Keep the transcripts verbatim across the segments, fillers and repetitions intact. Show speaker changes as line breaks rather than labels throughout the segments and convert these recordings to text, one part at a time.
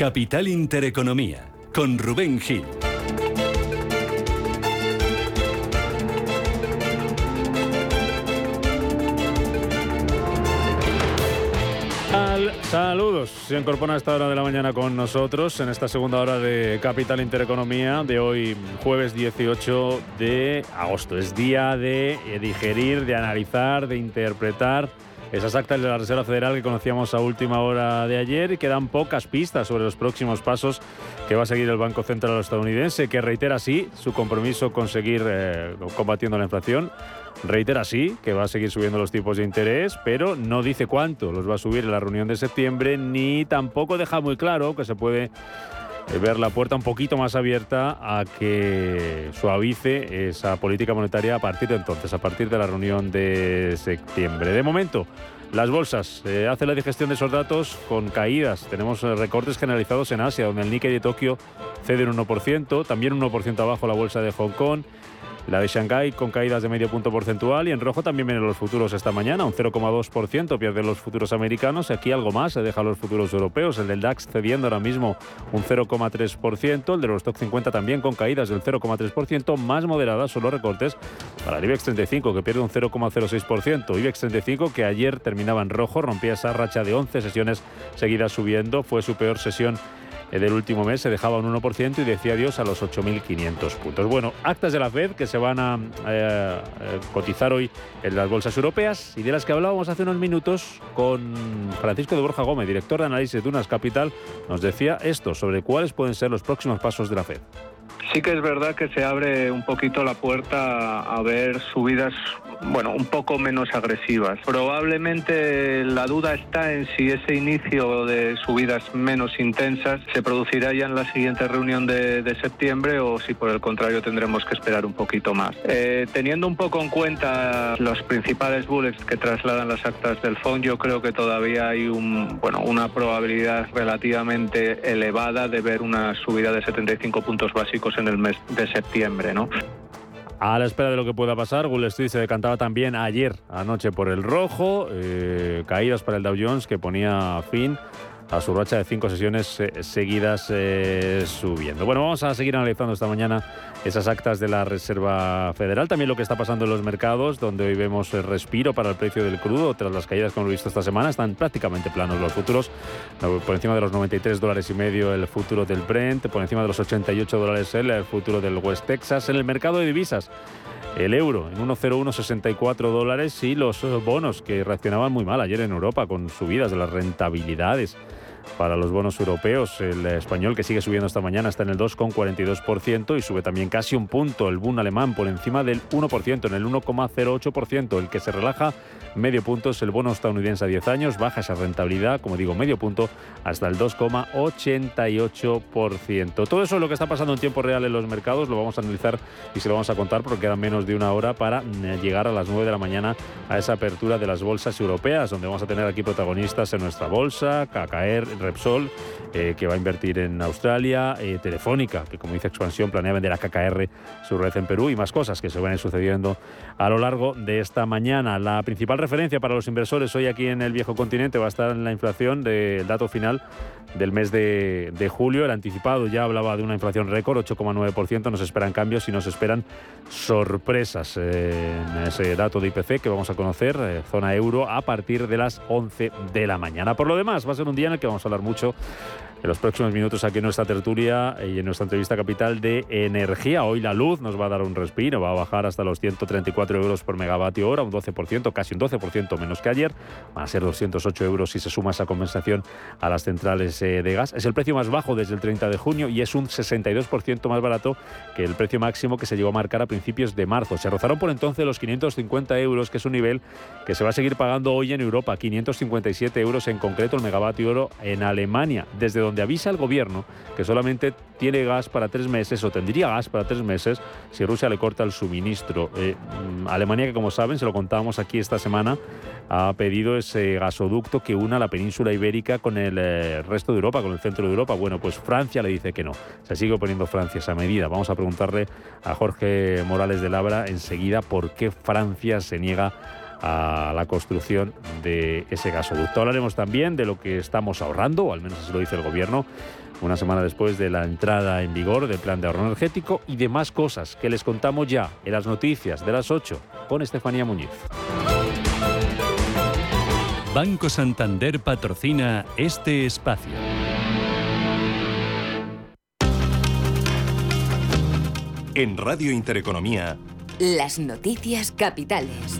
Capital Intereconomía, con Rubén Gil.
Saludos, se incorpora a esta hora de la mañana con nosotros en esta segunda hora de Capital Intereconomía de hoy, jueves dieciocho de agosto. Es día de digerir, de analizar, de interpretar esas actas de la Reserva Federal que conocíamos a última hora de ayer y que dan pocas pistas sobre los próximos pasos que va a seguir el Banco Central estadounidense, que reitera así su compromiso con seguir eh, combatiendo la inflación. Reitera sí que va a seguir subiendo los tipos de interés, pero no dice cuánto los va a subir en la reunión de septiembre, ni tampoco deja muy claro que se puede ver la puerta un poquito más abierta a que suavice esa política monetaria a partir de entonces, a partir de la reunión de septiembre. De momento, las bolsas eh, hacen la digestión de esos datos con caídas. Tenemos eh, recortes generalizados en Asia, donde el Nikkei de Tokio cede un uno por ciento, también un uno por ciento abajo la bolsa de Hong Kong. La de Shanghái con caídas de medio punto porcentual y en rojo también vienen los futuros esta mañana, un cero coma dos por ciento pierden los futuros americanos, aquí algo más se deja los futuros europeos, el del DAX cediendo ahora mismo un cero coma tres por ciento, el de los Stock cincuenta también con caídas del cero coma tres por ciento, más moderadas son los recortes para el IBEX treinta y cinco que pierde un cero coma cero seis por ciento, IBEX treinta y cinco que ayer terminaba en rojo, rompía esa racha de once sesiones seguidas subiendo, fue su peor sesión del último mes, se dejaba un uno por ciento y decía adiós a los ocho mil quinientos puntos. Bueno, actas de la Fed que se van a eh, cotizar hoy en las bolsas europeas y de las que hablábamos hace unos minutos con Francisco de Borja Gómez, director de análisis de Dunas Capital, nos decía esto sobre cuáles pueden ser los próximos pasos de la Fed.
Sí que es verdad que se abre un poquito la puerta a ver subidas, bueno, un poco menos agresivas. Probablemente la duda está en si ese inicio de subidas menos intensas se producirá ya en la siguiente reunión de, de septiembre o si por el contrario tendremos que esperar un poquito más. Eh, teniendo un poco en cuenta los principales bullets que trasladan las actas del F O M, yo creo que todavía hay un, bueno, una probabilidad relativamente elevada de ver una subida de setenta y cinco puntos básicos en el mes de septiembre, ¿no?
A la espera de lo que pueda pasar, Wall Street se decantaba también ayer anoche por el rojo, eh, caídas para el Dow Jones que ponía fin a su racha de cinco sesiones eh, seguidas eh, subiendo. Bueno, vamos a seguir analizando esta mañana esas actas de la Reserva Federal, también lo que está pasando en los mercados, donde hoy vemos el respiro para el precio del crudo, tras las caídas que hemos visto esta semana, están prácticamente planos los futuros, por encima de los noventa y tres dólares y medio el futuro del Brent, por encima de los ochenta y ocho dólares el, el futuro del West Texas. En el mercado de divisas, el euro en uno coma cero uno sesenta y cuatro dólares y los bonos que reaccionaban muy mal ayer en Europa con subidas de las rentabilidades para los bonos europeos. El español, que sigue subiendo esta mañana, está en el dos coma cuarenta y dos por ciento y sube también casi un punto. El Bund alemán por encima del uno por ciento, en el uno coma cero ocho por ciento. El que se relaja medio punto es el bono estadounidense a diez años, baja esa rentabilidad, como digo, medio punto hasta el dos coma ochenta y ocho por ciento. Todo eso es lo que está pasando en tiempo real en los mercados, lo vamos a analizar y se lo vamos a contar porque queda menos de una hora para llegar a las nueve de la mañana a esa apertura de las bolsas europeas, donde vamos a tener aquí protagonistas en nuestra bolsa, K K R, Repsol, eh, que va a invertir en Australia, eh, Telefónica, que como dice Expansión planea vender a K K R su red en Perú y más cosas que se van a ir sucediendo a lo largo de esta mañana. La principal referencia para los inversores hoy aquí en el viejo continente va a estar en la inflación del dato final del mes de, de julio. El anticipado ya hablaba de una inflación récord, ocho coma nueve por ciento. Nos esperan cambios y nos esperan sorpresas eh, en ese dato de I P C que vamos a conocer, eh, zona euro, a partir de las once de la mañana. Por lo demás, va a ser un día en el que vamos a hablar mucho en los próximos minutos aquí en nuestra tertulia y en nuestra entrevista capital de energía. Hoy la luz nos va a dar un respiro, va a bajar hasta los ciento treinta y cuatro euros por megavatio hora, un doce por ciento, casi un doce por ciento menos que ayer. Van a ser doscientos ocho euros si se suma esa compensación a las centrales eh, de gas. Es el precio más bajo desde el treinta de junio y es un sesenta y dos por ciento más barato que el precio máximo que se llegó a marcar a principios de marzo. Se rozaron por entonces los quinientos cincuenta euros, que es un nivel que se va a seguir pagando hoy en Europa, quinientos cincuenta y siete euros en concreto el megavatio hora en Alemania, desde donde avisa el gobierno que solamente tiene gas para tres meses o tendría gas para tres meses si Rusia le corta el suministro. Eh, Alemania, que como saben, se lo contábamos aquí esta semana, ha pedido ese gasoducto que una la península ibérica con el eh, resto de Europa, con el centro de Europa. Bueno, pues Francia le dice que no. Se sigue oponiendo Francia a esa medida. Vamos a preguntarle a Jorge Morales de Labra enseguida por qué Francia se niega a la construcción de ese gasoducto. Hablaremos también de lo que estamos ahorrando, o al menos así lo dice el Gobierno, una semana después de la entrada en vigor del Plan de Ahorro Energético, y de más cosas que les contamos ya en las noticias de las ocho con Estefanía Muñiz.
Banco Santander patrocina este espacio.
En Radio Intereconomía,
las noticias capitales.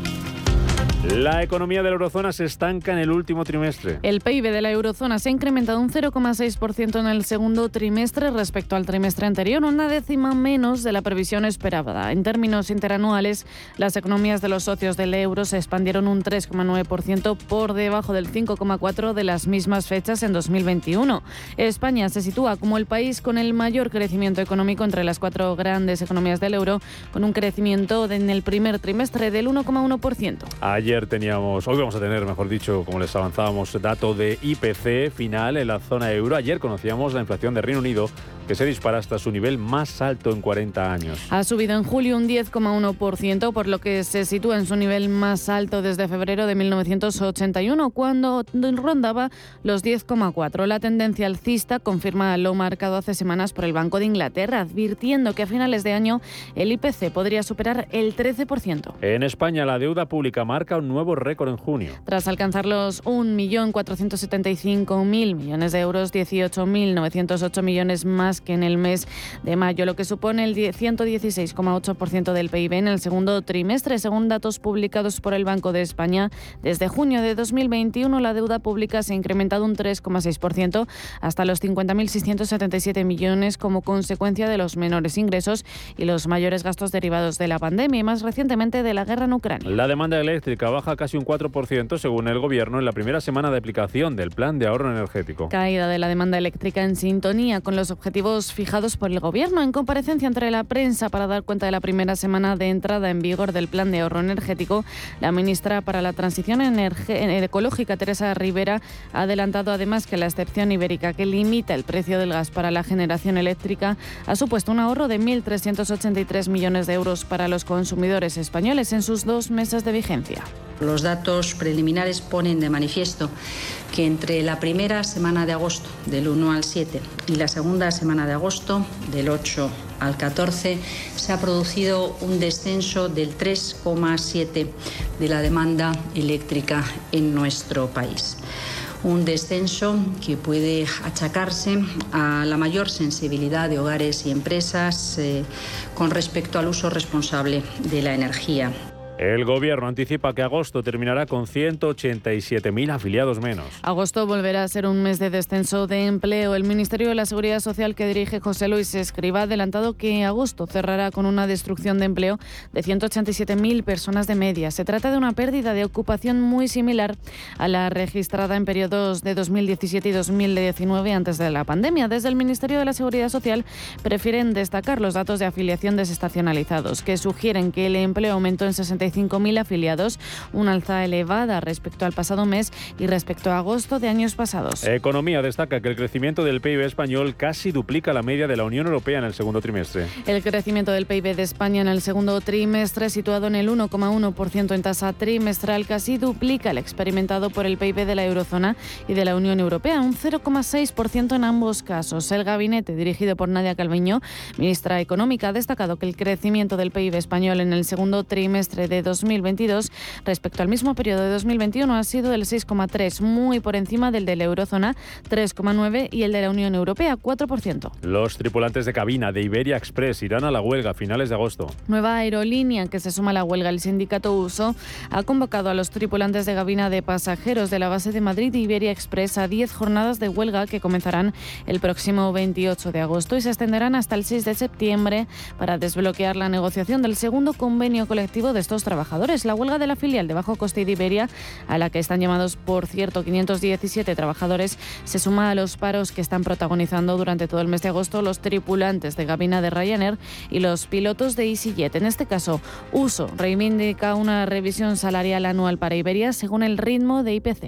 La economía de la eurozona se estanca en el último trimestre.
El P I B de la eurozona se ha incrementado un cero coma seis por ciento en el segundo trimestre respecto al trimestre anterior, una décima menos de la previsión esperada. En términos interanuales, las economías de los socios del euro se expandieron un tres coma nueve por ciento por debajo del cinco coma cuatro por ciento de las mismas fechas en dos mil veintiuno. España se sitúa como el país con el mayor crecimiento económico entre las cuatro grandes economías del euro, con un crecimiento en el primer trimestre del uno coma uno por ciento.
Ayer teníamos, hoy vamos a tener, mejor dicho, como les avanzábamos, dato de I P C final en la zona euro. Ayer conocíamos la inflación de Reino Unido, que se dispara hasta su nivel más alto en cuarenta años.
Ha subido en julio un diez coma uno por ciento, por lo que se sitúa en su nivel más alto desde febrero de mil novecientos ochenta y uno, cuando rondaba los diez coma cuatro. La tendencia alcista confirma lo marcado hace semanas por el Banco de Inglaterra, advirtiendo que a finales de año el I P C podría superar el trece por ciento.
En España, la deuda pública marca un nuevo récord en junio.
Tras alcanzar los un millón cuatrocientos setenta y cinco mil millones de euros, dieciocho mil novecientos ocho millones más que en el mes de mayo, lo que supone el ciento dieciséis coma ocho por ciento del P I B en el segundo trimestre. Según datos publicados por el Banco de España, desde junio de dos mil veintiuno la deuda pública se ha incrementado un tres coma seis por ciento hasta los cincuenta mil seiscientos setenta y siete millones como consecuencia de los menores ingresos y los mayores gastos derivados de la pandemia y más recientemente de la guerra en Ucrania.
La demanda eléctrica baja casi un cuatro por ciento según el Gobierno en la primera semana de aplicación del Plan de Ahorro Energético.
Caída de la demanda eléctrica en sintonía con los objetivos fijados por el Gobierno. En comparecencia entre la prensa para dar cuenta de la primera semana de entrada en vigor del Plan de Ahorro Energético, la ministra para la Transición Ecológica, Teresa Rivera, ha adelantado además que la excepción ibérica que limita el precio del gas para la generación eléctrica ha supuesto un ahorro de mil trescientos ochenta y tres millones de euros para los consumidores españoles en sus dos meses de vigencia.
Los datos preliminares ponen de manifiesto que entre la primera semana de agosto, del uno al siete, y la segunda semana de agosto, del ocho al catorce, se ha producido un descenso del tres coma siete por ciento de la demanda eléctrica en nuestro país. Un descenso que puede achacarse a la mayor sensibilidad de hogares y empresas eh, con respecto al uso responsable de la energía.
El Gobierno anticipa que agosto terminará con ciento ochenta y siete mil afiliados menos.
Agosto volverá a ser un mes de descenso de empleo. El Ministerio de la Seguridad Social que dirige José Luis Escrivá ha adelantado que agosto cerrará con una destrucción de empleo de ciento ochenta y siete mil personas de media. Se trata de una pérdida de ocupación muy similar a la registrada en periodos de dos mil diecisiete y dos mil diecinueve antes de la pandemia. Desde el Ministerio de la Seguridad Social prefieren destacar los datos de afiliación desestacionalizados, que sugieren que el empleo aumentó en sesenta y cinco mil afiliados, una alza elevada respecto al pasado mes y respecto a agosto de años pasados.
Economía destaca que el crecimiento del P I B español casi duplica la media de la Unión Europea en el segundo trimestre.
El crecimiento del P I B de España en el segundo trimestre, situado en el uno coma uno por ciento en tasa trimestral, casi duplica el experimentado por el P I B de la eurozona y de la Unión Europea, un cero coma seis por ciento en ambos casos. El gabinete, dirigido por Nadia Calviño, ministra económica, ha destacado que el crecimiento del P I B español en el segundo trimestre de dos mil veintidós respecto al mismo periodo de dos mil veintiuno ha sido del seis coma tres por ciento, muy por encima del de la eurozona, tres coma nueve por ciento, y el de la Unión Europea, cuatro por ciento.
Los tripulantes de cabina de Iberia Express irán a la huelga a finales de agosto.
Nueva aerolínea que se suma a la huelga. El sindicato U S O ha convocado a los tripulantes de cabina de pasajeros de la base de Madrid de Iberia Express a diez jornadas de huelga que comenzarán el próximo veintiocho de agosto y se extenderán hasta el seis de septiembre para desbloquear la negociación del segundo convenio colectivo de estos trabajadores. La huelga de la filial de bajo coste de Iberia, a la que están llamados, por cierto, quinientos diecisiete trabajadores, se suma a los paros que están protagonizando durante todo el mes de agosto los tripulantes de cabina de Ryanair y los pilotos de EasyJet. En este caso, U S O reivindica una revisión salarial anual para Iberia según el ritmo de I P C.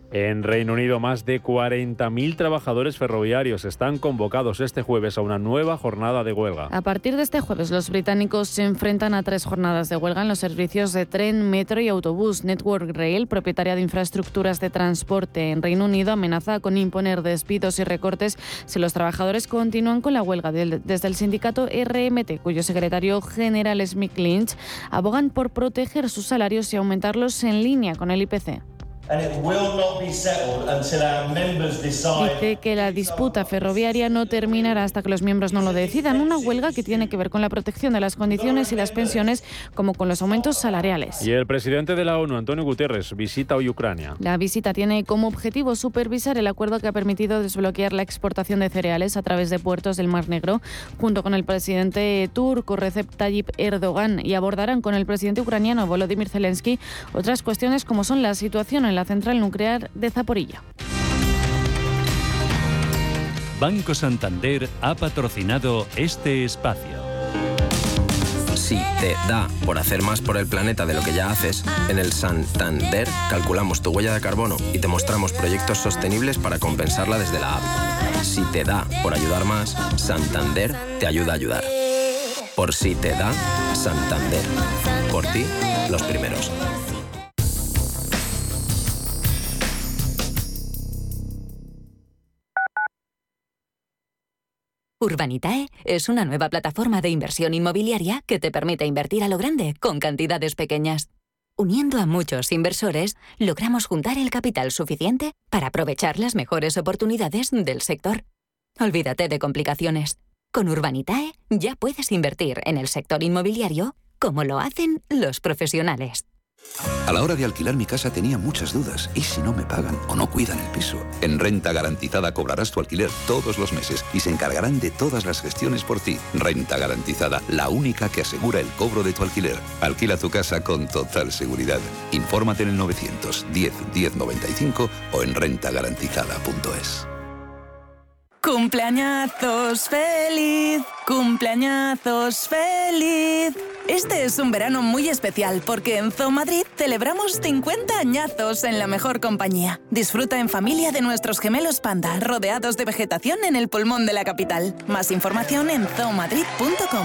En Reino Unido, más de cuarenta mil trabajadores ferroviarios están convocados este jueves a una nueva jornada de huelga.
A partir de este jueves, los británicos se enfrentan a tres jornadas de huelga en los servicios de tren, metro y autobús. Network Rail, propietaria de infraestructuras de transporte en Reino Unido, amenaza con imponer despidos y recortes si los trabajadores continúan con la huelga. Desde el sindicato R M T, cuyo secretario general es Mick Lynch, abogan por proteger sus salarios y aumentarlos en línea con el I P C. Dice que la disputa ferroviaria no terminará hasta que los miembros no lo decidan. Una huelga que tiene que ver con la protección de las condiciones y las pensiones, como con los aumentos salariales.
Y el presidente de la ONU, Antonio Guterres, visita hoy Ucrania.
La visita tiene como objetivo supervisar el acuerdo que ha permitido desbloquear la exportación de cereales a través de puertos del Mar Negro, junto con el presidente turco Recep Tayyip Erdogan, y abordarán con el presidente ucraniano Volodymyr Zelensky otras cuestiones como son la situación en la central nuclear de Zaporilla.
Banco Santander ha patrocinado este espacio.
Si te da por hacer más por el planeta de lo que ya haces, en el Santander calculamos tu huella de carbono y te mostramos proyectos sostenibles para compensarla desde la app. Si te da por ayudar más, Santander te ayuda a ayudar. Por si te da, Santander. Por ti, los primeros.
Urbanitae es una nueva plataforma de inversión inmobiliaria que te permite invertir a lo grande con cantidades pequeñas. Uniendo a muchos inversores, logramos juntar el capital suficiente para aprovechar las mejores oportunidades del sector. Olvídate de complicaciones. Con Urbanitae ya puedes invertir en el sector inmobiliario como lo hacen los profesionales.
A la hora de alquilar mi casa tenía muchas dudas. ¿Y si no me pagan o no cuidan el piso? En Renta Garantizada cobrarás tu alquiler todos los meses y se encargarán de todas las gestiones por ti. Renta Garantizada, la única que asegura el cobro de tu alquiler. Alquila tu casa con total seguridad. Infórmate en el novecientos diez diez noventa y cinco o en renta garantizada punto es.
¡Cumpleañazos feliz! ¡Cumpleañazos feliz! Este es un verano muy especial porque en Zoo Madrid celebramos cincuenta añazos en la mejor compañía. Disfruta en familia de nuestros gemelos panda, rodeados de vegetación en el pulmón de la capital. Más información en zoo madrid punto com.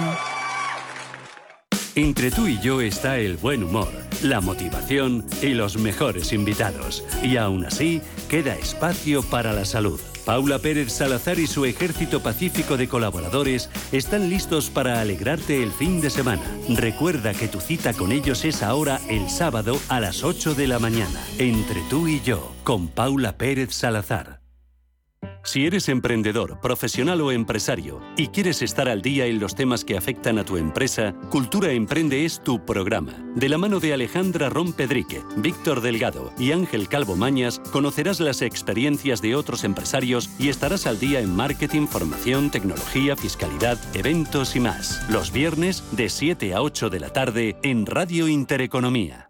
Entre tú y yo está el buen humor, la motivación y los mejores invitados. Y aún así, queda espacio para la salud. Paula Pérez Salazar y su ejército pacífico de colaboradores están listos para alegrarte el fin de semana. Recuerda que tu cita con ellos es ahora el sábado a las ocho de la mañana. Entre tú y yo, con Paula Pérez Salazar. Si eres emprendedor, profesional o empresario y quieres estar al día en los temas que afectan a tu empresa, Cultura Emprende es tu programa. De la mano de Alejandra Rompedrique, Víctor Delgado y Ángel Calvo Mañas, conocerás las experiencias de otros empresarios y estarás al día en marketing, formación, tecnología, fiscalidad, eventos y más. Los viernes de siete a ocho de la tarde en Radio Intereconomía.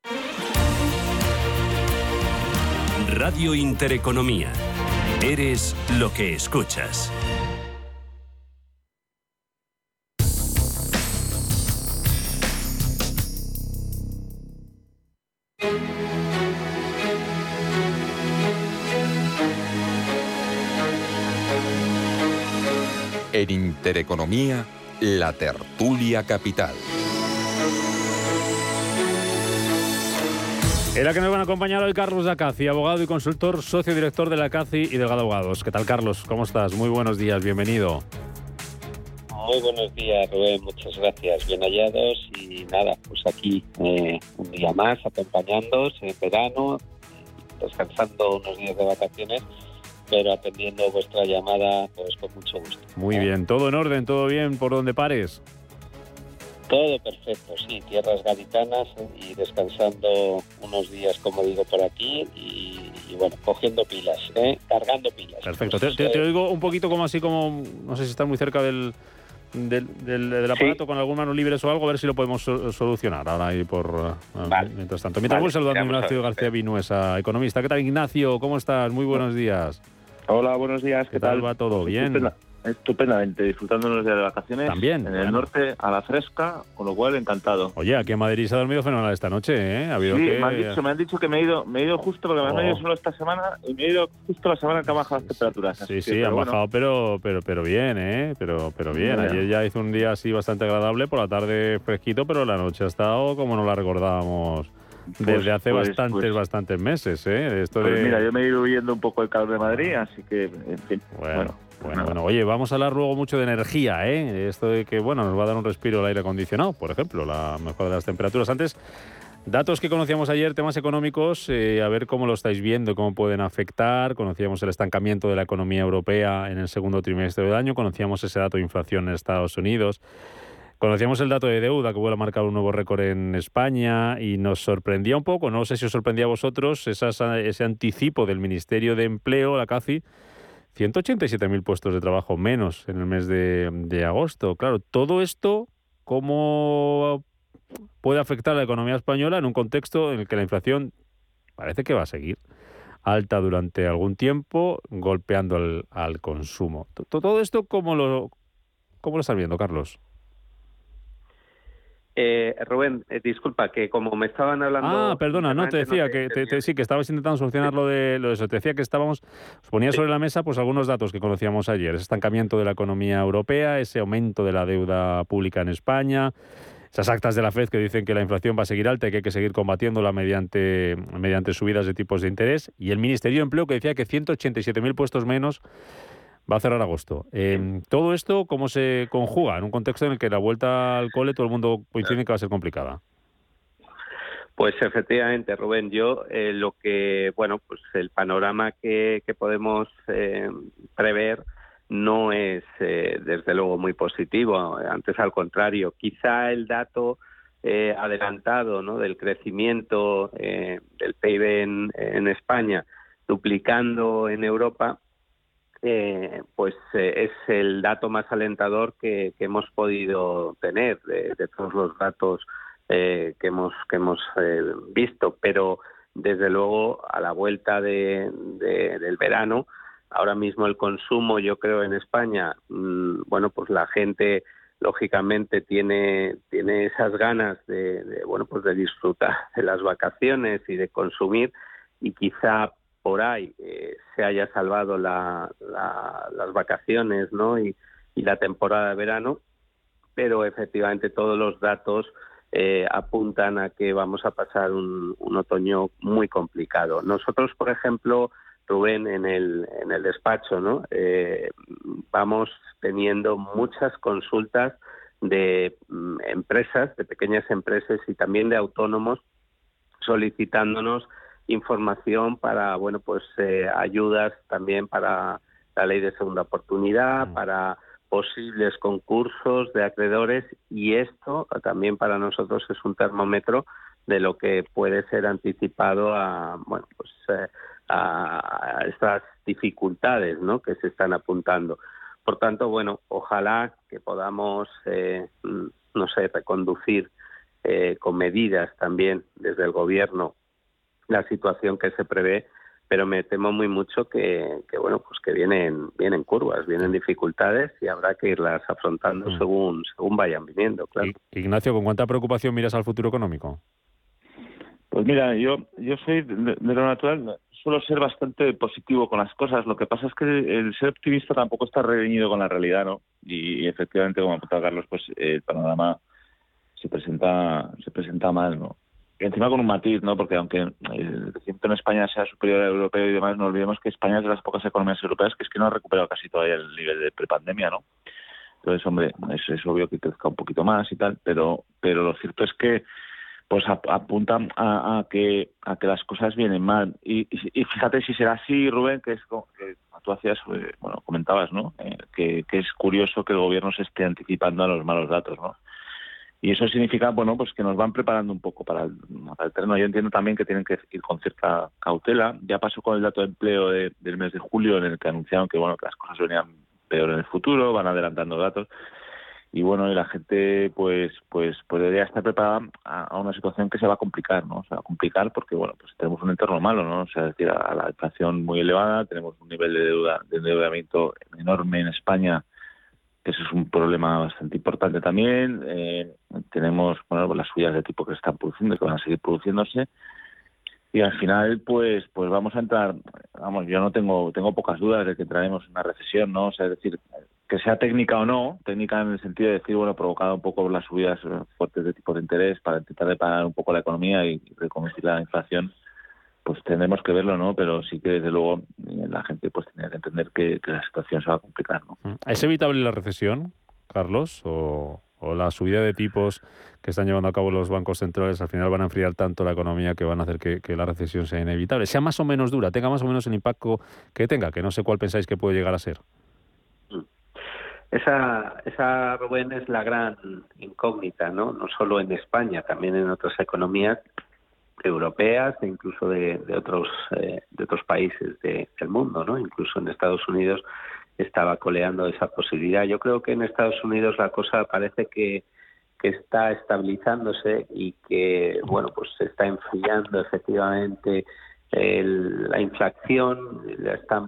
Radio Intereconomía. Eres lo que escuchas.
En Intereconomía, la tertulia capital.
En la que nos van a acompañar hoy Carlos Dacaci, abogado y consultor, socio director de la C A C I y Delgado Abogados. ¿Qué tal, Carlos? ¿Cómo estás? Muy buenos días, bienvenido.
Muy buenos días, Rubén, muchas gracias, bien hallados y nada, pues aquí eh, un día más acompañándoos en verano, descansando unos días de vacaciones, pero atendiendo vuestra llamada pues con mucho gusto.
Muy bien, todo en orden, todo bien, por donde pares.
Todo perfecto, sí, tierras gaditanas y descansando unos días, como digo, por aquí y, y bueno, cogiendo pilas, ¿eh? Cargando pilas.
Perfecto, te, te, te oigo un poquito como así como, no sé si estás muy cerca del, del, del, del aparato, sí, con algún mano libres o algo, a ver si lo podemos so, solucionar ahora y por uh, vale. mientras tanto. Mientras vale, voy saludando a Ignacio García Vinuesa, economista. ¿Qué tal, Ignacio? ¿Cómo estás? Muy buenos días.
Hola, buenos días.
¿Qué, ¿Qué tal va todo? ¿Bien?
estupendamente, disfrutando unos días de vacaciones.
También.
En
bueno.
el norte, a la fresca, con lo cual encantado.
Oye, aquí en Madrid se ha dormido fenomenal esta noche, ¿eh? Ha habido
sí,
que...
me han dicho, me han dicho que me he ido, me he ido justo, porque me
Oh.
han ido solo esta semana, y me he ido justo la semana que han bajado las temperaturas.
Sí,
que,
sí,
pero
han
bueno.
bajado, pero, pero, pero bien, ¿eh? Pero, pero bien.
Mira.
Ayer ya hizo un día así bastante agradable, por la tarde fresquito, pero la noche ha estado como no la recordábamos desde
Pues,
hace
pues,
bastantes,
pues.
bastantes meses, ¿eh? Esto
Pues
de...
mira, yo me he ido huyendo un poco el calor de Madrid, así que, en fin,
Bueno,
bueno.
bueno, bueno. Oye, vamos a hablar luego mucho de energía, ¿eh? Esto de que, bueno, nos va a dar un respiro el aire acondicionado, por ejemplo, la mejora de las temperaturas. Antes, datos que conocíamos ayer, temas económicos, eh, a ver cómo lo estáis viendo, cómo pueden afectar. Conocíamos el estancamiento de la economía europea en el segundo trimestre del año, conocíamos ese dato de inflación en Estados Unidos. Conocíamos el dato de deuda que vuelve a marcar un nuevo récord en España y nos sorprendía un poco, no sé si os sorprendía a vosotros, esas, ese anticipo del Ministerio de Empleo, la C A C I, ciento ochenta y siete mil puestos de trabajo menos en el mes de, de agosto. Claro, todo esto, ¿cómo puede afectar a la economía española en un contexto en el que la inflación parece que va a seguir alta durante algún tiempo, golpeando al, al consumo? Todo esto, ¿cómo lo, cómo lo estás viendo, Carlos?
Eh, Rubén, eh, disculpa, que como me estaban hablando...
Ah, perdona, no, te decía no te, que te, te, sí, que estabas intentando solucionar sí. lo de lo de eso. Te decía que estábamos, os ponía sí. sobre la mesa pues algunos datos que conocíamos ayer. Ese estancamiento de la economía europea, ese aumento de la deuda pública en España, esas actas de la Fed que dicen que la inflación va a seguir alta y que hay que seguir combatiéndola mediante, mediante subidas de tipos de interés, y el Ministerio de Empleo que decía que ciento ochenta y siete mil puestos menos va a cerrar agosto. Eh, todo esto, ¿cómo se conjuga en un contexto en el que la vuelta al cole todo el mundo coincide que va a ser complicada?
Pues efectivamente, Rubén, yo eh, lo que, bueno, pues el panorama que, que podemos eh, prever no es, eh, desde luego, muy positivo. Antes, al contrario, quizá el dato eh, adelantado, ¿no?, del crecimiento eh, del P I B en, en España, duplicando en Europa, Eh, pues eh, es el dato más alentador que, que hemos podido tener de, de todos los datos eh, que hemos que hemos eh, visto, pero desde luego a la vuelta de, de, del verano, ahora mismo el consumo, yo creo, en España, mmm, bueno, pues la gente lógicamente tiene tiene esas ganas de, de bueno pues de disfrutar de las vacaciones y de consumir, y quizá por ahí eh, se haya salvado la, la, las vacaciones, ¿no?, y, y la temporada de verano, pero efectivamente todos los datos eh, apuntan a que vamos a pasar un, un otoño muy complicado. Nosotros, por ejemplo, Rubén, en el, en el despacho, ¿no?, eh, vamos teniendo muchas consultas de mm, empresas, de pequeñas empresas y también de autónomos solicitándonos información para, bueno, pues eh, ayudas también para la ley de segunda oportunidad, para posibles concursos de acreedores, y esto también para nosotros es un termómetro de lo que puede ser anticipado a, bueno, pues eh, a estas dificultades, ¿no?, que se están apuntando. Por tanto, bueno, ojalá que podamos, eh, no sé, reconducir eh, con medidas también desde el gobierno la situación que se prevé, pero me temo muy mucho que, que bueno, pues que vienen vienen curvas, vienen dificultades y habrá que irlas afrontando mm. según según vayan viniendo, claro.
Ignacio, ¿con cuánta preocupación miras al futuro económico?
Pues mira, yo yo soy de, de lo natural, suelo ser bastante positivo con las cosas. Lo que pasa es que el ser optimista tampoco está reñido con la realidad, ¿no? Y, y efectivamente, como ha apuntado Carlos, pues el panorama se presenta se presenta mal, ¿no? Y encima con un matiz, ¿no? Porque aunque el crecimiento en España sea superior al europeo y demás, no olvidemos que España es de las pocas economías europeas que es que no ha recuperado casi todavía el nivel de prepandemia, ¿no? Entonces, hombre, es, es obvio que crezca un poquito más y tal, pero pero lo cierto es que pues apuntan a, a que a que las cosas vienen mal. Y, y, y fíjate si será así, Rubén, que es que tú hacías, bueno, comentabas, ¿no? Eh, que, que es curioso que el gobierno se esté anticipando a los malos datos, ¿no? Y eso significa, bueno, pues que nos van preparando un poco para el, para el terreno. Yo entiendo también que tienen que ir con cierta cautela. Ya pasó con el dato de empleo de, del mes de julio, en el que anunciaron que, bueno, que las cosas venían peor en el futuro, van adelantando datos. Y bueno, y la gente pues pues podría estar preparada a, a una situación que se va a complicar, ¿no? Se va a complicar porque, bueno, pues tenemos un entorno malo, ¿no? O sea, es decir, a la inflación muy elevada, tenemos un nivel de deuda, de endeudamiento enorme en España, que ese es un problema bastante importante también. Eh, tenemos bueno, las subidas de tipo que se están produciendo, que van a seguir produciéndose. Y al final, pues pues vamos a entrar, vamos, yo no tengo tengo pocas dudas de que entraremos en una recesión, ¿no? O sea, es decir, que sea técnica o no, técnica en el sentido de decir, bueno, provocada un poco por las subidas fuertes de tipo de interés para intentar reparar un poco la economía y reconducir la inflación, pues tendremos que verlo, ¿no? Pero sí que, desde luego, la gente pues tiene que entender que, que la situación se va a complicar, ¿no?
¿Es evitable la recesión, Carlos? ¿O, o la subida de tipos que están llevando a cabo los bancos centrales al final van a enfriar tanto la economía que van a hacer que, que la recesión sea inevitable? Sea más o menos dura, tenga más o menos el impacto que tenga, que no sé cuál pensáis que puede llegar a ser.
Esa, esa, Rubén, es la gran incógnita, ¿no? No solo en España, también en otras economías europeas e incluso de, de otros eh, de otros países de, del mundo, ¿no? Incluso en Estados Unidos estaba coleando esa posibilidad. Yo creo que en Estados Unidos la cosa parece que, que está estabilizándose y que, bueno, pues se está enfriando efectivamente el, la inflación, la están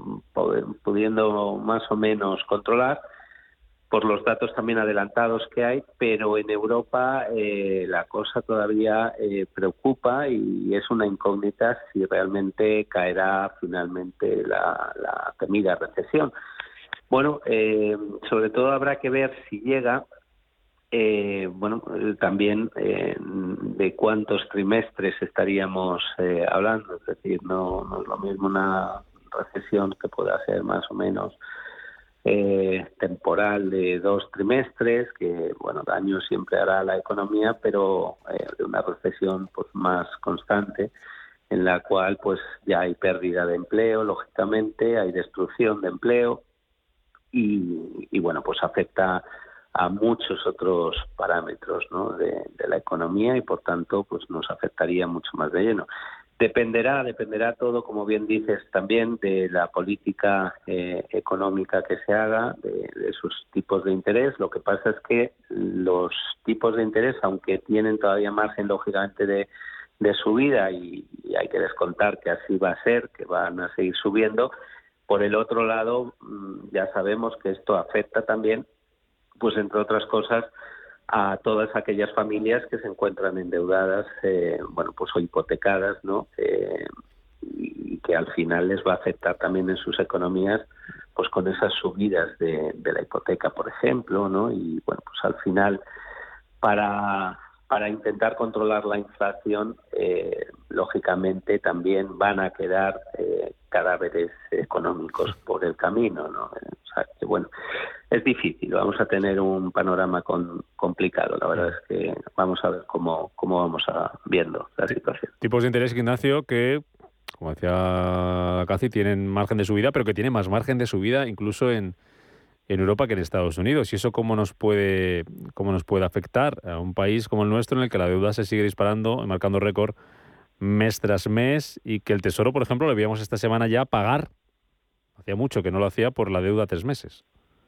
pudiendo más o menos controlar por los datos también adelantados que hay, pero en Europa eh, la cosa todavía eh, preocupa y es una incógnita si realmente caerá finalmente la, la temida recesión. Bueno, eh, sobre todo habrá que ver si llega, eh, bueno, también eh, de cuántos trimestres estaríamos eh, hablando, es decir, no, no es lo mismo una recesión que pueda ser más o menos Eh, temporal de dos trimestres, que bueno, daño siempre hará a la economía, pero eh, de una recesión pues más constante, en la cual pues ya hay pérdida de empleo, lógicamente, hay destrucción de empleo y, y bueno, pues afecta a muchos otros parámetros, ¿no? de, de la economía y por tanto pues nos afectaría mucho más de lleno. Dependerá, dependerá todo, como bien dices, también de la política eh, económica que se haga, de, de sus tipos de interés. Lo que pasa es que los tipos de interés, aunque tienen todavía margen, lógicamente, de, de subida, y, y hay que descontar que así va a ser, que van a seguir subiendo, por el otro lado, ya sabemos que esto afecta también, pues entre otras cosas, a todas aquellas familias que se encuentran endeudadas, eh, bueno, pues o hipotecadas, ¿no? Eh, y que al final les va a afectar también en sus economías, pues con esas subidas de, de la hipoteca, por ejemplo, ¿no? Y bueno, pues al final, para para intentar controlar la inflación, eh, lógicamente también van a quedar eh, cadáveres económicos por el camino, ¿no? O sea, que bueno, es difícil, vamos a tener un panorama con, complicado, la verdad es que vamos a ver cómo, cómo vamos a, viendo la situación.
Tipos de interés, Ignacio, que, como decía Casi, tienen margen de subida, pero que tienen más margen de subida incluso en en Europa que en Estados Unidos. ¿Y eso cómo nos puede cómo nos puede afectar a un país como el nuestro, en el que la deuda se sigue disparando, marcando récord mes tras mes, y que el Tesoro, por ejemplo, le veíamos esta semana ya pagar, hacía mucho que no lo hacía, por la deuda a tres meses?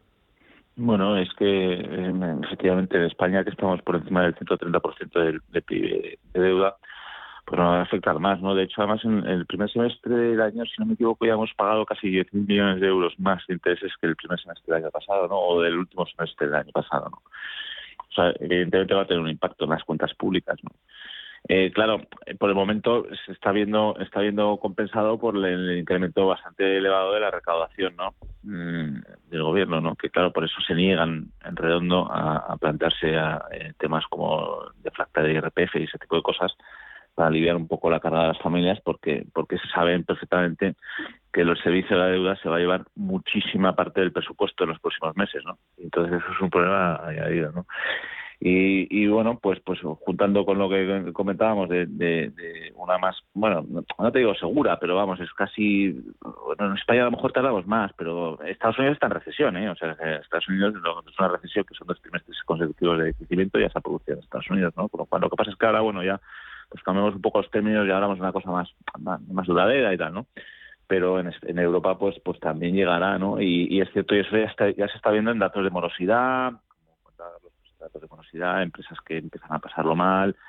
Bueno, es que eh, efectivamente en España, que estamos por encima del ciento treinta por ciento del de P I B de deuda, pues nos va a afectar más, ¿no? De hecho, además, en el primer semestre del año, si no me equivoco, ya hemos pagado casi diez mil millones de euros más de intereses que el primer semestre del año pasado, ¿no? O del último semestre del año pasado, ¿no? O sea, evidentemente va a tener un impacto en las cuentas públicas, ¿no? Eh, claro, por el momento se está viendo está viendo compensado por el incremento bastante elevado de la recaudación, ¿no? Mm, del gobierno, ¿no? Que claro, por eso se niegan en redondo a, a plantearse a, eh, temas como deflactar de I R P F y ese tipo de cosas, para aliviar un poco la carga de las familias, porque porque se saben perfectamente que los servicios de la deuda se va a llevar muchísima parte del presupuesto en los próximos meses, ¿no? Entonces eso es un problema añadido, ¿no? Y, y bueno, pues pues juntando con lo que comentábamos de, de, de una más, bueno, no te digo segura, pero vamos, es casi, bueno, en España a lo mejor tardamos más, pero Estados Unidos está en recesión, ¿eh? O sea, Estados Unidos es una recesión que son dos trimestres consecutivos de crecimiento, ya se ha producido en Estados Unidos, ¿no? Por lo cual, lo que pasa es que ahora, bueno, ya pues cambiamos un poco los términos y hablamos de una cosa más, más, más duradera y tal, ¿no? Pero en, en Europa pues pues también llegará, ¿no? Y, y es cierto, y eso ya, está, ya se está viendo en datos de morosidad, como cuentan los datos de morosidad, empresas que empiezan a pasarlo mal,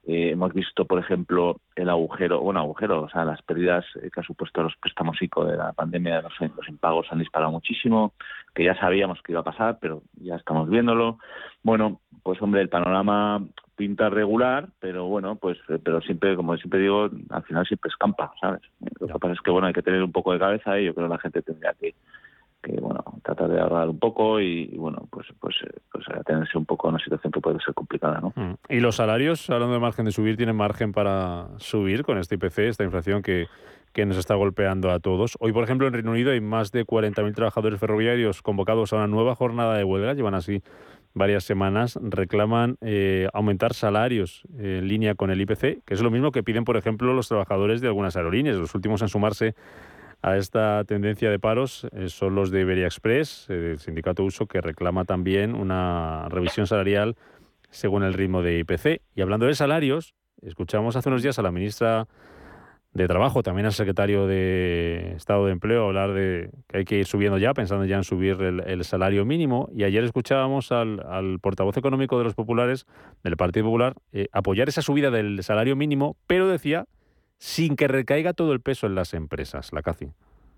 Eh, hemos visto, por ejemplo, el agujero, bueno, agujero, o sea, las pérdidas que ha supuesto los préstamos I C O de la pandemia, de los, los impagos han disparado muchísimo, que ya sabíamos que iba a pasar, pero ya estamos viéndolo. Bueno, pues hombre, el panorama pinta regular, pero bueno, pues pero siempre, como siempre digo, al final siempre escampa, ¿sabes? Lo que pasa es que, bueno, hay que tener un poco de cabeza y yo creo que la gente tendría que que bueno, tratar de ahorrar un poco y, y bueno, pues pues pues atenerse un poco a una situación que puede ser complicada, ¿no?
Mm. ¿Y los salarios, hablando de margen de subir, tienen margen para subir con este I P C, esta inflación que, que nos está golpeando a todos? Hoy, por ejemplo, en Reino Unido hay más de cuarenta mil trabajadores ferroviarios convocados a una nueva jornada de huelga, llevan así varias semanas, reclaman eh, aumentar salarios eh, en línea con el I P C, que es lo mismo que piden, por ejemplo, los trabajadores de algunas aerolíneas. Los últimos en sumarse a esta tendencia de paros eh, son los de Iberia Express, eh, el sindicato U S O, que reclama también una revisión salarial según el ritmo de I P C. Y hablando de salarios, escuchamos hace unos días a la ministra de Trabajo, también al secretario de Estado de Empleo, hablar de que hay que ir subiendo ya, pensando ya en subir el, el salario mínimo. Y ayer escuchábamos al, al portavoz económico de los populares, del Partido Popular, eh, apoyar esa subida del salario mínimo, pero decía sin que recaiga todo el peso en las empresas. La Caci.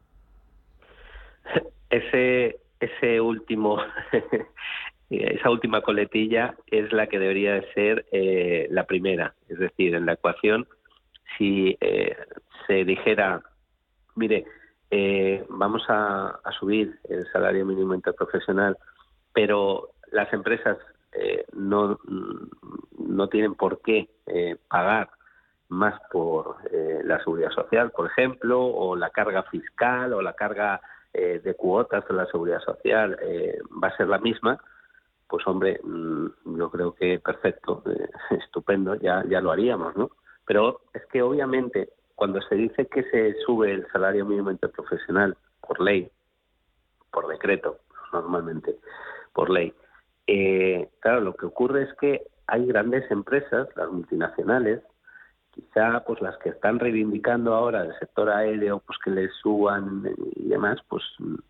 Ese, ese último, esa última coletilla es la que debería de ser eh, la primera. Es decir, en la ecuación, si eh, se dijera, mire, eh, vamos a, a subir el salario mínimo interprofesional, pero las empresas eh, no, no tienen por qué eh, pagar más por eh, la seguridad social, por ejemplo, o la carga fiscal o la carga eh, de cuotas de la seguridad social eh, va a ser la misma, pues hombre, mmm, yo creo que perfecto, eh, estupendo, ya, ya lo haríamos, ¿no? Pero es que obviamente cuando se dice que se sube el salario mínimo interprofesional por ley, por decreto, normalmente por ley, eh, claro, lo que ocurre es que hay grandes empresas, las multinacionales, quizá pues las que están reivindicando ahora el sector aéreo, pues que les suban y demás, pues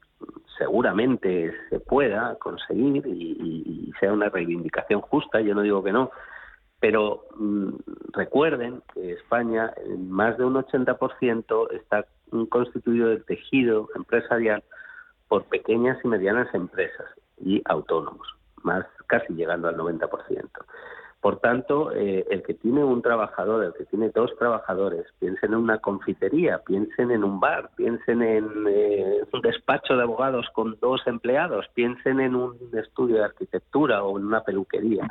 seguramente se pueda conseguir y, y sea una reivindicación justa, yo no digo que no, pero mmm, recuerden que España en más de un ochenta por ciento está constituido de tejido empresarial por pequeñas y medianas empresas y autónomos, más casi llegando al noventa por ciento. Por tanto, eh, el que tiene un trabajador, el que tiene dos trabajadores, piensen en una confitería, piensen en un bar, piensen en eh, un despacho de abogados con dos empleados, piensen en un estudio de arquitectura o en una peluquería.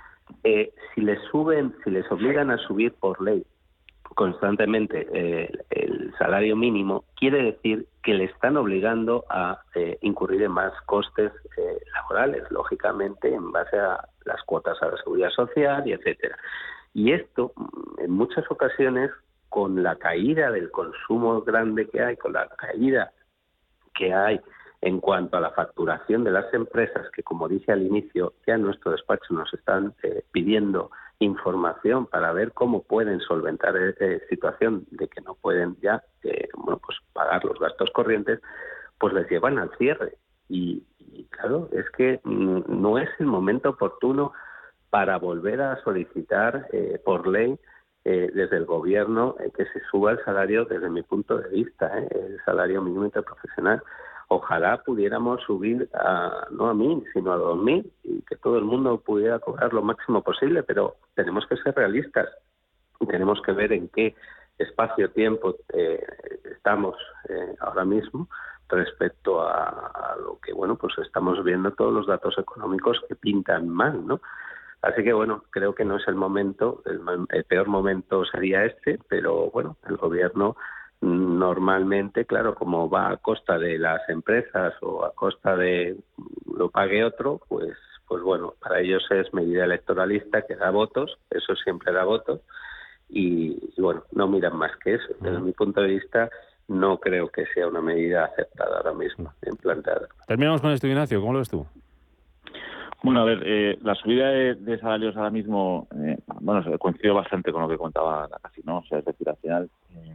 Eh, si les suben, si les obligan a subir por ley constantemente eh, el salario mínimo, quiere decir que le están obligando a eh, incurrir en más costes eh, laborales, lógicamente, en base a las cuotas a la seguridad social y etcétera. Y esto, en muchas ocasiones, con la caída del consumo grande que hay, con la caída que hay en cuanto a la facturación de las empresas, que como dije al inicio, ya en nuestro despacho nos están eh, pidiendo información para ver cómo pueden solventar esta situación de que no pueden ya eh, bueno, pues pagar los gastos corrientes, pues les llevan al cierre. Y, y claro, es que mm, no es el momento oportuno para volver a solicitar eh, por ley eh, desde el gobierno eh, que se suba el salario, desde mi punto de vista, eh, el salario mínimo interprofesional. Ojalá pudiéramos subir a, no a mil, sino a dos mil y que todo el mundo pudiera cobrar lo máximo posible, pero tenemos que ser realistas y tenemos que ver en qué espacio-tiempo eh, estamos eh, ahora mismo respecto a, a lo que, bueno, pues estamos viendo todos los datos económicos que pintan mal, ¿no? Así que, bueno, creo que no es el momento, el, el peor momento sería este, pero, bueno, el gobierno normalmente, claro, como va a costa de las empresas o a costa de lo pague otro, pues pues bueno, para ellos es medida electoralista que da votos, eso siempre da votos, y, y bueno, no miran más que eso. Desde mi punto de vista, no creo que sea una medida aceptada ahora mismo, implantada.
Terminamos con esto, Ignacio, ¿cómo lo ves tú?
Bueno, a ver, eh, la subida de, de salarios ahora mismo, eh, bueno, coincido bastante con lo que contaba la Caci, ¿no? O sea, es decir, al final... Eh,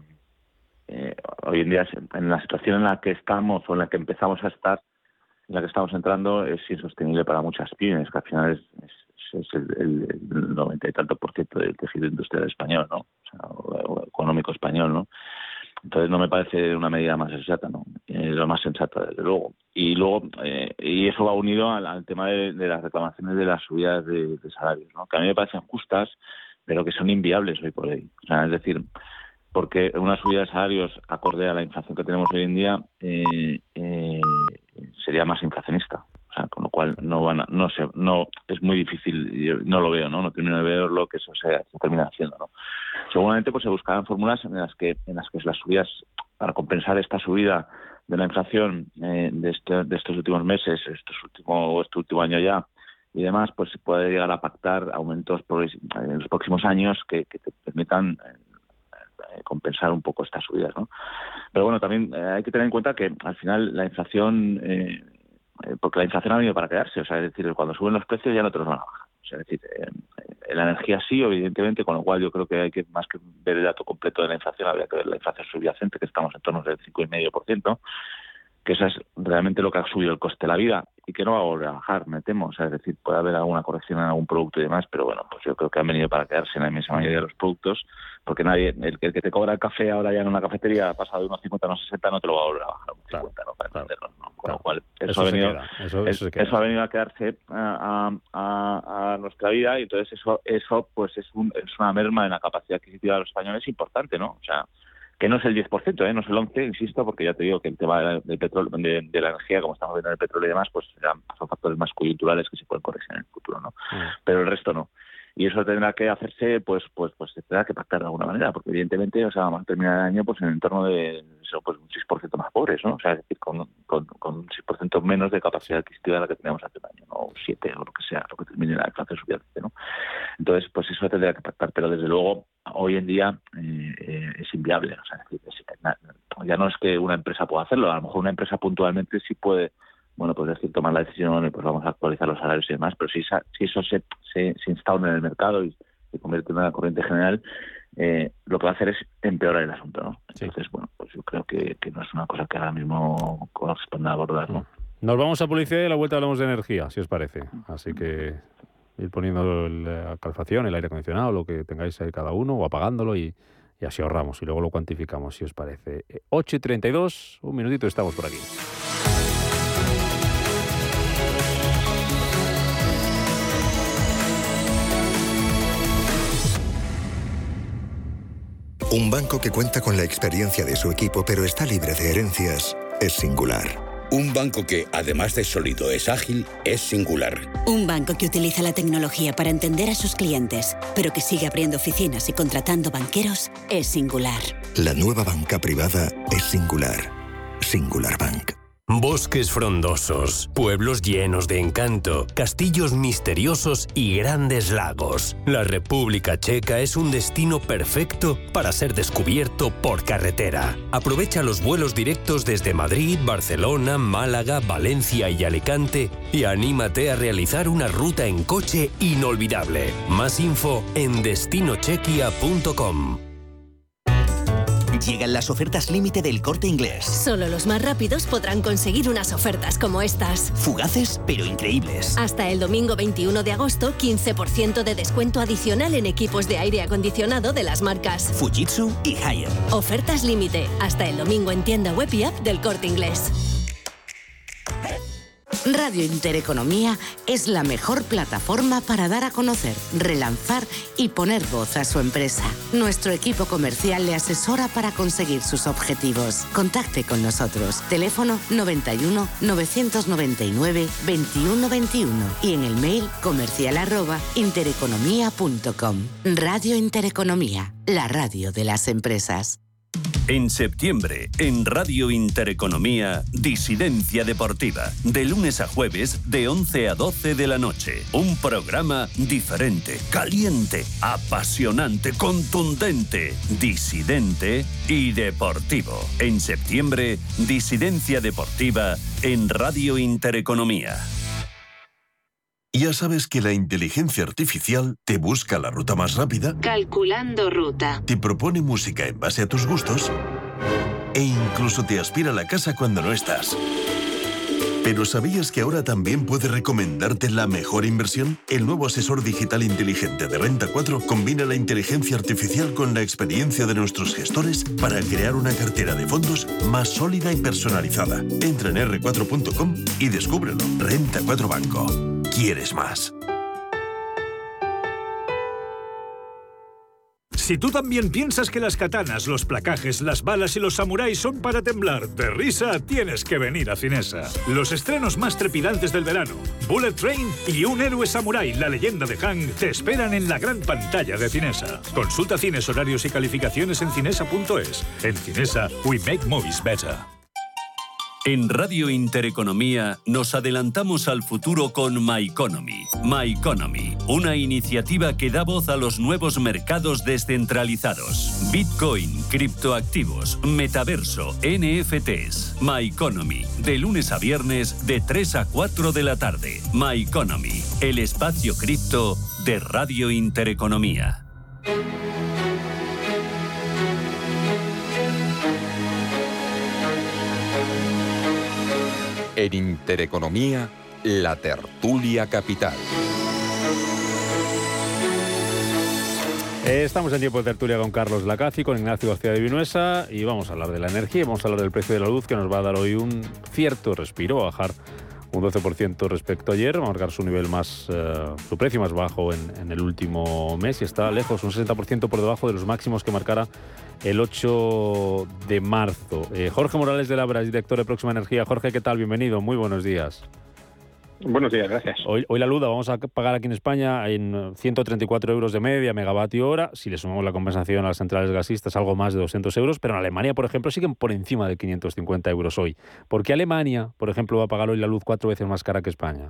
Eh, hoy en día, en la situación en la que estamos o en la que empezamos a estar, en la que estamos entrando, es insostenible para muchas pymes, que al final es, es, es el, el, el noventa y tanto por ciento del tejido industrial español, ¿no? O sea, o, o económico español, ¿no? Entonces no me parece una medida más sensata, ¿no? Eh, lo más sensata, desde luego. Y luego, eh, y eso va unido al, al tema de, de las reclamaciones de las subidas de, de salarios, ¿no? Que a mí me parecen justas, pero que son inviables hoy por hoy. O sea, es decir, porque una subida de salarios acorde a la inflación que tenemos hoy en día eh, eh, sería más inflacionista. O sea, con lo cual no van a, no sé, no es muy difícil, yo no lo veo, no, no termino de ver lo que eso se, se termina haciendo, ¿no? Seguramente pues se buscarán fórmulas en las que en las que las subidas para compensar esta subida de la inflación eh, de, este, de estos últimos meses, estos últimos este último año ya y demás, pues se puede llegar a pactar aumentos en los próximos años que, que te permitan eh, compensar un poco estas subidas, ¿no? Pero bueno, también eh, hay que tener en cuenta que al final la inflación eh, porque la inflación ha venido para quedarse, o sea, es decir, cuando suben los precios ya no te los van a bajar. O sea, es decir, eh, la energía sí, evidentemente, con lo cual yo creo que hay que, más que ver el dato completo de la inflación, habría que ver la inflación subyacente, que estamos en torno del cinco coma cinco por ciento, que eso es realmente lo que ha subido el coste de la vida y que no va a volver a bajar, me temo. O sea, es decir, puede haber alguna corrección en algún producto y demás, pero bueno, pues yo creo que han venido para quedarse en la inmensa mayoría de los productos, porque nadie, el, el que te cobra el café ahora ya en una cafetería ha pasado de unos cincuenta a unos sesenta, no te lo va a volver a bajar a unos cincuenta, ¿no? Para entenderlo, ¿no? Con claro. lo cual, eso, eso, ha venido, eso, eso, es, eso ha venido a quedarse a, a, a nuestra vida y entonces eso, eso pues es, un, es una merma en la capacidad adquisitiva de los españoles importante, ¿no? O sea, que no es el diez por ciento, ¿eh? No es el once por ciento, insisto, porque ya te digo que el tema del, del petróleo, de, de la energía, como estamos viendo en el petróleo y demás, pues son factores más coyunturales que se pueden corregir en el futuro, ¿no? Mm. Pero el resto no. Y eso tendrá que hacerse, pues, pues, pues se tendrá que pactar de alguna manera, porque evidentemente, o sea, vamos a terminar el año pues en el entorno de eso, pues un seis por ciento más pobres, ¿no? O sea, es decir, con, con, con un seis por ciento menos de capacidad adquisitiva de la que teníamos hace un año, ¿no? O siete o lo que sea, lo que termine la inflación subyacente, ¿no? Entonces, pues eso tendrá que pactar, pero desde luego hoy en día eh, eh, es inviable, o sea, es decir, es, ya no es que una empresa pueda hacerlo, a lo mejor una empresa puntualmente sí puede, bueno, pues decir, tomar la decisión y pues vamos a actualizar los salarios y demás, pero si, esa, si eso se, se, se instaura en el mercado y se convierte en una corriente general, eh, lo que va a hacer es empeorar el asunto, ¿no? Entonces, sí. bueno, pues yo creo que, que no es una cosa que ahora mismo corresponda abordar, ¿no?
Nos vamos a publicidad y a la vuelta hablamos de energía, si os parece. Así que ir poniendo la calefacción, el aire acondicionado, lo que tengáis ahí cada uno, o apagándolo y, y así ahorramos. Y luego lo cuantificamos, si os parece. ocho y treinta y dos, un minutito, estamos por aquí.
Un banco que cuenta con la experiencia de su equipo pero está libre de herencias es Singular.
Un banco que, además de sólido, es ágil, es Singular.
Un banco que utiliza la tecnología para entender a sus clientes, pero que sigue abriendo oficinas y contratando banqueros, es Singular.
La nueva banca privada es Singular. Singular Bank.
Bosques frondosos, pueblos llenos de encanto, castillos misteriosos y grandes lagos. La República Checa es un destino perfecto para ser descubierto por carretera. Aprovecha los vuelos directos desde Madrid, Barcelona, Málaga, Valencia y Alicante y anímate a realizar una ruta en coche inolvidable. Más info en destinochequia punto com.
Llegan las ofertas límite del Corte Inglés.
Solo los más rápidos podrán conseguir unas ofertas como estas.
Fugaces, pero increíbles.
Hasta el domingo veintiuno de agosto, quince por ciento de descuento adicional en equipos de aire acondicionado de las marcas
Fujitsu y Haier.
Ofertas límite. Hasta el domingo en tienda web y app del Corte Inglés.
Radio Intereconomía es la mejor plataforma para dar a conocer, relanzar y poner voz a su empresa. Nuestro equipo comercial le asesora para conseguir sus objetivos. Contacte con nosotros. Teléfono noventa y uno, novecientos noventa y nueve, veintiuno veintiuno y en el mail comercial arroba intereconomía punto com. Radio Intereconomía, la radio de las empresas.
En septiembre, en Radio Intereconomía, Disidencia Deportiva. De lunes a jueves, de once a doce de la noche. Un programa diferente, caliente, apasionante, contundente, disidente y deportivo. En septiembre, Disidencia Deportiva en Radio Intereconomía.
¿Ya sabes que la inteligencia artificial te busca la ruta más rápida?
Calculando ruta.
Te propone música en base a tus gustos e incluso te aspira a la casa cuando no estás. ¿Pero sabías que ahora también puede recomendarte la mejor inversión? El nuevo asesor digital inteligente de Renta cuatro combina la inteligencia artificial con la experiencia de nuestros gestores para crear una cartera de fondos más sólida y personalizada. Entra en erre cuatro punto com y descúbrelo. Renta cuatro Banco. ¿Quieres más?
Si tú también piensas que las katanas, los placajes, las balas y los samuráis son para temblar de risa, tienes que venir a Cinesa. Los estrenos más trepidantes del verano, Bullet Train y Un héroe samurái, la leyenda de Hank, te esperan en la gran pantalla de Cinesa. Consulta cines, horarios y calificaciones en cinesa punto es. En Cinesa, we make movies better.
En Radio Intereconomía nos adelantamos al futuro con MyEconomy. MyEconomy, una iniciativa que da voz a los nuevos mercados descentralizados. Bitcoin, criptoactivos, metaverso, N F Ts. MyEconomy, de lunes a viernes de tres a cuatro de la tarde. MyEconomy, el espacio cripto de Radio Intereconomía.
En Intereconomía, la tertulia capital.
Estamos en tiempo de tertulia con Carlos Lacaci, con Ignacio García de Vinuesa y vamos a hablar de la energía, vamos a hablar del precio de la luz que nos va a dar hoy un cierto respiro, a bajar un doce por ciento respecto a ayer, va a marcar su nivel más, uh, su precio más bajo en, en el último mes y está lejos, un sesenta por ciento por debajo de los máximos que marcara el ocho de marzo. Eh, Jorge Morales de Labra, director de Próxima Energía. Jorge, ¿qué tal? Bienvenido, muy buenos días.
Buenos días, gracias.
Hoy, hoy la luz la vamos a pagar aquí en España en ciento treinta y cuatro euros de media megavatio hora. Si le sumamos la compensación a las centrales gasistas, algo más de doscientos euros. Pero en Alemania, por ejemplo, siguen por encima de quinientos cincuenta euros hoy. ¿Por qué Alemania, por ejemplo, va a pagar hoy la luz cuatro veces más cara que España?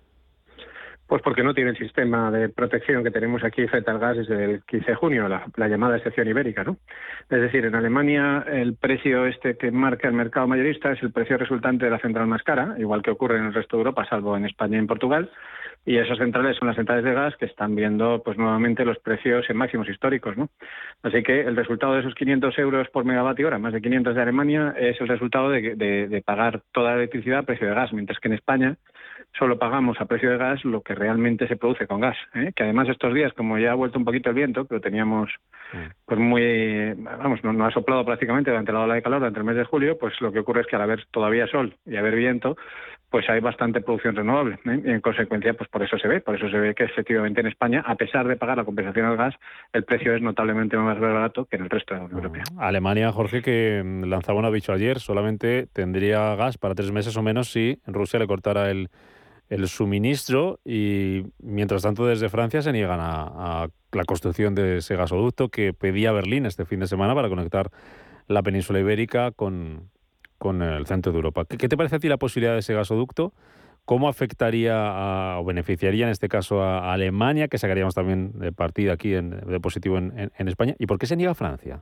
Pues porque no tiene el sistema de protección que tenemos aquí frente al gas desde el quince de junio, la, la llamada excepción ibérica, ¿no? Es decir, en Alemania el precio este que marca el mercado mayorista es el precio resultante de la central más cara, igual que ocurre en el resto de Europa, salvo en España y en Portugal. Y esas centrales son las centrales de gas que están viendo pues nuevamente los precios en máximos históricos, ¿no? Así que el resultado de esos quinientos euros por megavatio hora, más de quinientos de Alemania, es el resultado de, de, de pagar toda la electricidad a precio de gas, mientras que en España solo pagamos a precio de gas lo que realmente se produce con gas, ¿eh? Que además estos días, como ya ha vuelto un poquito el viento, que lo teníamos pues muy, vamos, no, no ha soplado prácticamente durante la ola de calor durante el mes de julio, pues lo que ocurre es que al haber todavía sol y haber viento, pues hay bastante producción renovable, ¿eh? Y en consecuencia, pues por eso se ve, por eso se ve que efectivamente en España, a pesar de pagar la compensación al gas, el precio es notablemente más barato que en el resto de la Unión Europea.
Alemania, Jorge, que lanzaba un aviso ayer, solamente tendría gas para tres meses o menos si Rusia le cortara el el suministro y mientras tanto desde Francia se niegan a, a la construcción de ese gasoducto que pedía Berlín este fin de semana para conectar la península ibérica con, con el centro de Europa. ¿Qué, ¿Qué te parece a ti la posibilidad de ese gasoducto? ¿Cómo afectaría a, o beneficiaría en este caso a, a Alemania, que sacaríamos también de partida aquí en, de positivo en, en, en España? ¿Y por qué se niega Francia?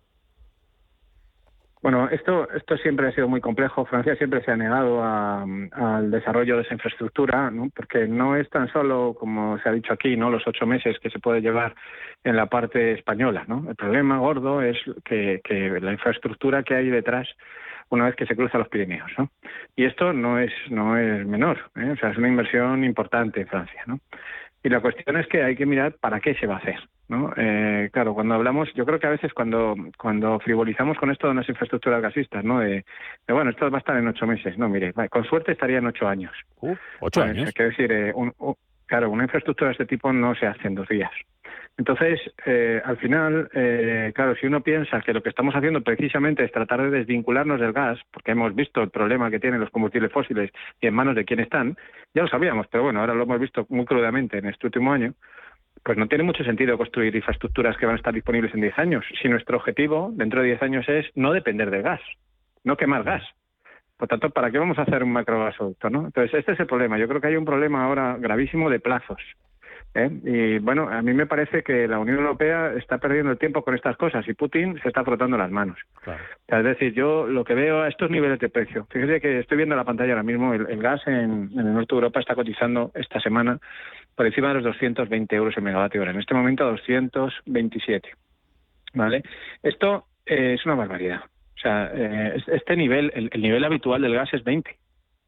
Bueno, esto esto siempre ha sido muy complejo. Francia siempre se ha negado a, al desarrollo de esa infraestructura, ¿no? Porque no es tan solo, como se ha dicho aquí, no los ocho meses que se puede llevar en la parte española, ¿no? El problema gordo es que, que la infraestructura que hay detrás una vez que se cruza los Pirineos, ¿no? Y esto no es no es menor, ¿eh? O sea, es una inversión importante en Francia, ¿no? Y la cuestión es que hay que mirar para qué se va a hacer, ¿no? Eh, claro, cuando hablamos, yo creo que a veces cuando cuando frivolizamos con esto de unas infraestructuras gasistas, ¿no? De, de bueno, esto va a estar en ocho meses. No, mire, con suerte estaría en ocho años.
Uh, ¿Ocho
bueno,
años?
Es decir, eh, un, un, claro, una infraestructura de este tipo no se hace en dos días. Entonces, eh, al final, eh, claro, si uno piensa que lo que estamos haciendo precisamente es tratar de desvincularnos del gas, porque hemos visto el problema que tienen los combustibles fósiles y en manos de quién están, ya lo sabíamos, pero bueno, ahora lo hemos visto muy crudamente en este último año, pues no tiene mucho sentido construir infraestructuras que van a estar disponibles en diez años, si nuestro objetivo dentro de diez años es no depender del gas, no quemar gas. Por tanto, ¿para qué vamos a hacer un macrogasoducto, no? Entonces, este es el problema. Yo creo que hay un problema ahora gravísimo de plazos. ¿Eh? Y bueno, a mí me parece que la Unión Europea está perdiendo el tiempo con estas cosas y Putin se está frotando las manos.
Claro.
O sea, es decir, yo lo que veo a estos niveles de precio, fíjese que estoy viendo la pantalla ahora mismo, el, el gas en, en el norte de Europa está cotizando esta semana por encima de los doscientos veinte euros el megavatio hora, en este momento doscientos veintisiete. ¿Vale? Esto eh, es una barbaridad. O sea, eh, este nivel, el, el nivel habitual del gas es veinte. O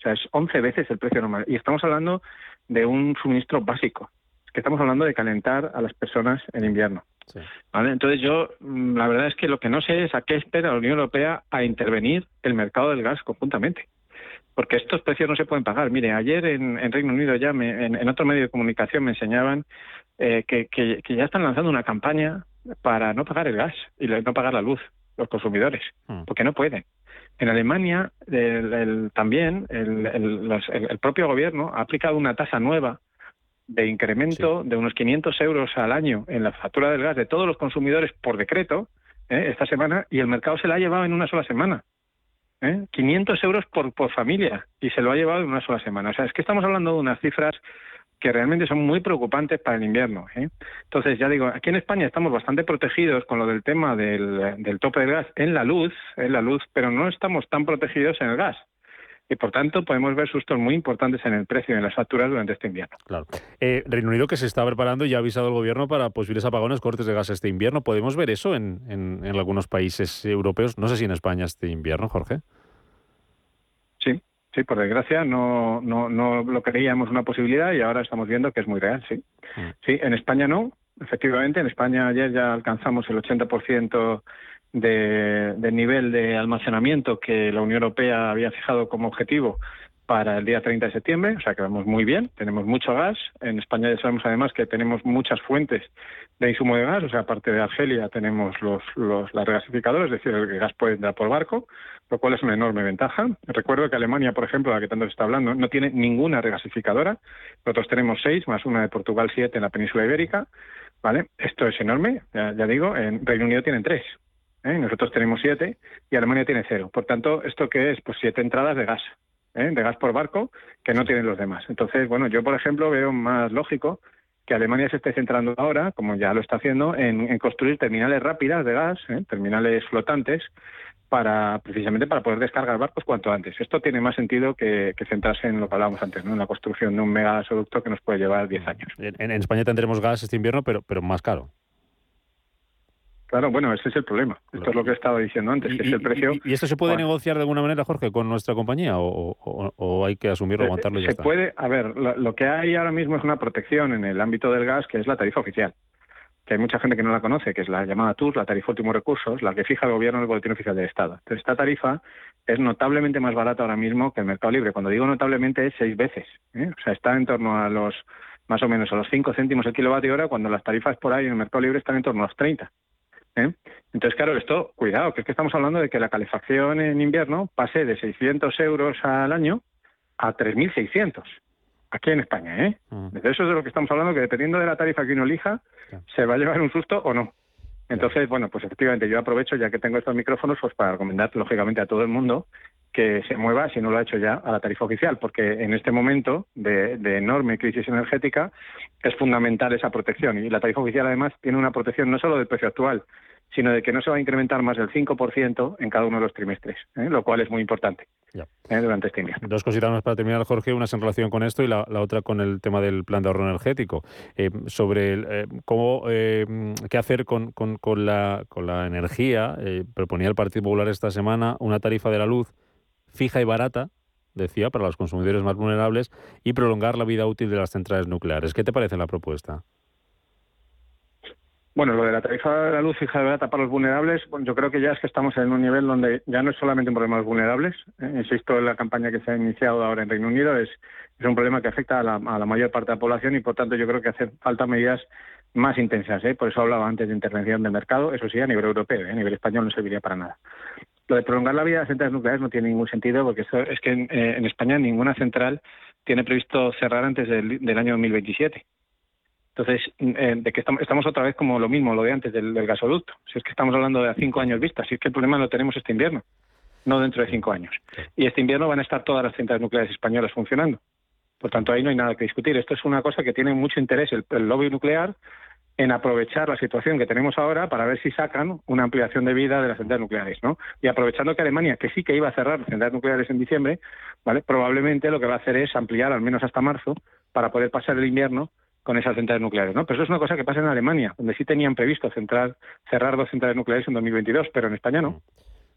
sea, es once veces el precio normal. Y estamos hablando de un suministro básico. Es que estamos hablando de calentar a las personas en invierno.
Sí.
¿Vale? Entonces yo, la verdad es que lo que no sé es a qué espera la Unión Europea a intervenir el mercado del gas conjuntamente. Porque estos precios no se pueden pagar. Mire, ayer en, en Reino Unido ya, me, en, en otro medio de comunicación me enseñaban eh, que, que, que ya están lanzando una campaña para no pagar el gas y no pagar la luz, los consumidores, mm. porque no pueden. En Alemania el, el, también el, el, los, el, el propio gobierno ha aplicado una tasa nueva de incremento sí. de unos quinientos euros al año en la factura del gas de todos los consumidores por decreto eh, esta semana, y el mercado se la ha llevado en una sola semana. ¿Eh? quinientos euros por, por familia, y se lo ha llevado en una sola semana. O sea, es que estamos hablando de unas cifras que realmente son muy preocupantes para el invierno. ¿eh? Entonces, ya digo, aquí en España estamos bastante protegidos con lo del tema del, del tope del gas en la luz, en la luz, pero no estamos tan protegidos en el gas. Y por tanto podemos ver sustos muy importantes en el precio y en las facturas durante este invierno.
Claro. Eh, Reino Unido, que se está preparando y ya ha avisado el gobierno para posibles apagones, cortes de gas este invierno. ¿Podemos ver eso en, en, en algunos países europeos? No sé si en España este invierno, Jorge.
Sí, sí, por desgracia no, no, no lo creíamos una posibilidad y ahora estamos viendo que es muy real, sí. Mm. Sí, en España no, efectivamente. En España ayer ya alcanzamos el ochenta por ciento de, de nivel de almacenamiento que la Unión Europea había fijado como objetivo para el día treinta de septiembre, o sea que vamos muy bien, tenemos mucho gas. En España ya sabemos además que tenemos muchas fuentes de insumo de gas, o sea, aparte de Argelia tenemos los, los las regasificadoras, es decir, el gas puede entrar por barco, lo cual es una enorme ventaja. Recuerdo que Alemania, por ejemplo, la que tanto se está hablando, no tiene ninguna regasificadora. Nosotros tenemos seis, más una de Portugal, siete en la península ibérica, ¿vale? Esto es enorme, ya, ya digo, en Reino Unido tienen tres. ¿Eh? Nosotros tenemos siete y Alemania tiene cero. Por tanto, ¿esto qué es? Pues siete entradas de gas, ¿eh? de gas por barco, que no tienen los demás. Entonces, bueno, yo, por ejemplo, veo más lógico que Alemania se esté centrando ahora, como ya lo está haciendo, en, en construir terminales rápidas de gas, ¿eh? terminales flotantes, para precisamente para poder descargar barcos cuanto antes. Esto tiene más sentido que, que centrarse en lo que hablábamos antes, ¿no? En la construcción de un megagasoducto que nos puede llevar diez años.
En, en España tendremos gas este invierno, pero, pero más caro.
Claro, bueno, ese es el problema. Esto es lo que he estado diciendo antes,
y,
que es el precio...
¿Y, y esto se puede bueno, negociar de alguna manera, Jorge, con nuestra compañía o, o, o hay que asumirlo, aguantarlo y ya
se
está?
Se puede, a ver, lo, lo que hay ahora mismo es una protección en el ámbito del gas, que es la tarifa oficial, que hay mucha gente que no la conoce, que es la llamada T U R, la tarifa últimos recursos, la que fija el gobierno en el Boletín Oficial del Estado. Entonces, esta tarifa es notablemente más barata ahora mismo que el mercado libre. Cuando digo notablemente es seis veces, ¿eh? O sea, está en torno a los, más o menos, a los cinco céntimos el kilovatio hora, cuando las tarifas por ahí en el mercado libre están en torno a los treinta. ¿Eh? Entonces, claro, esto, cuidado, que es que estamos hablando de que la calefacción en invierno pase de seiscientos euros al año a tres mil seiscientos, aquí en España, ¿eh? Uh-huh. De eso es de lo que estamos hablando, que dependiendo de la tarifa que uno elija, yeah. se va a llevar un susto o no. Entonces, yeah. bueno, pues efectivamente yo aprovecho, ya que tengo estos micrófonos, pues para recomendar, lógicamente, a todo el mundo que se mueva, si no lo ha hecho ya, a la tarifa oficial, porque en este momento de, de enorme crisis energética es fundamental esa protección. Y la tarifa oficial, además, tiene una protección no solo del precio actual, sino de que no se va a incrementar más del cinco por ciento en cada uno de los trimestres, ¿eh? Lo cual es muy importante ¿eh? durante este invierno.
Dos cositas más para terminar, Jorge, una en relación con esto y la, la otra con el tema del plan de ahorro energético. Eh, sobre el, eh, cómo eh, qué hacer con, con, con, la, con la energía. Eh, proponía el Partido Popular esta semana una tarifa de la luz fija y barata, decía, para los consumidores más vulnerables y prolongar la vida útil de las centrales nucleares. ¿Qué te parece la propuesta?
Bueno, lo de la tarifa de la luz fija y barata para los vulnerables, bueno, yo creo que ya es que estamos en un nivel donde ya no es solamente un problema de los vulnerables. Eh, insisto, en la campaña que se ha iniciado ahora en Reino Unido es, es un problema que afecta a la, a la mayor parte de la población y, por tanto, yo creo que hace falta medidas más intensas. ¿eh? Por eso hablaba antes de intervención del mercado, eso sí, a nivel europeo, ¿eh? a nivel español no serviría para nada. Lo de prolongar la vida de las centrales nucleares no tiene ningún sentido, porque esto, es que en, eh, en España ninguna central tiene previsto cerrar antes del, del año dos mil veintisiete. Entonces, eh, de que estamos, estamos otra vez como lo mismo, lo de antes del, del gasoducto. Si es que estamos hablando de a cinco años vista, si es que el problema lo tenemos este invierno, no dentro de cinco años. Y este invierno van a estar todas las centrales nucleares españolas funcionando. Por tanto, ahí no hay nada que discutir. Esto es una cosa que tiene mucho interés el, el lobby nuclear en aprovechar la situación que tenemos ahora para ver si sacan una ampliación de vida de las centrales nucleares, ¿no? Y aprovechando que Alemania, que sí que iba a cerrar las centrales nucleares en diciembre, ¿vale? Probablemente lo que va a hacer es ampliar al menos hasta marzo para poder pasar el invierno con esas centrales nucleares, ¿no? Pero eso es una cosa que pasa en Alemania, donde sí tenían previsto central, cerrar dos centrales nucleares en dos mil veintidós, pero en España no.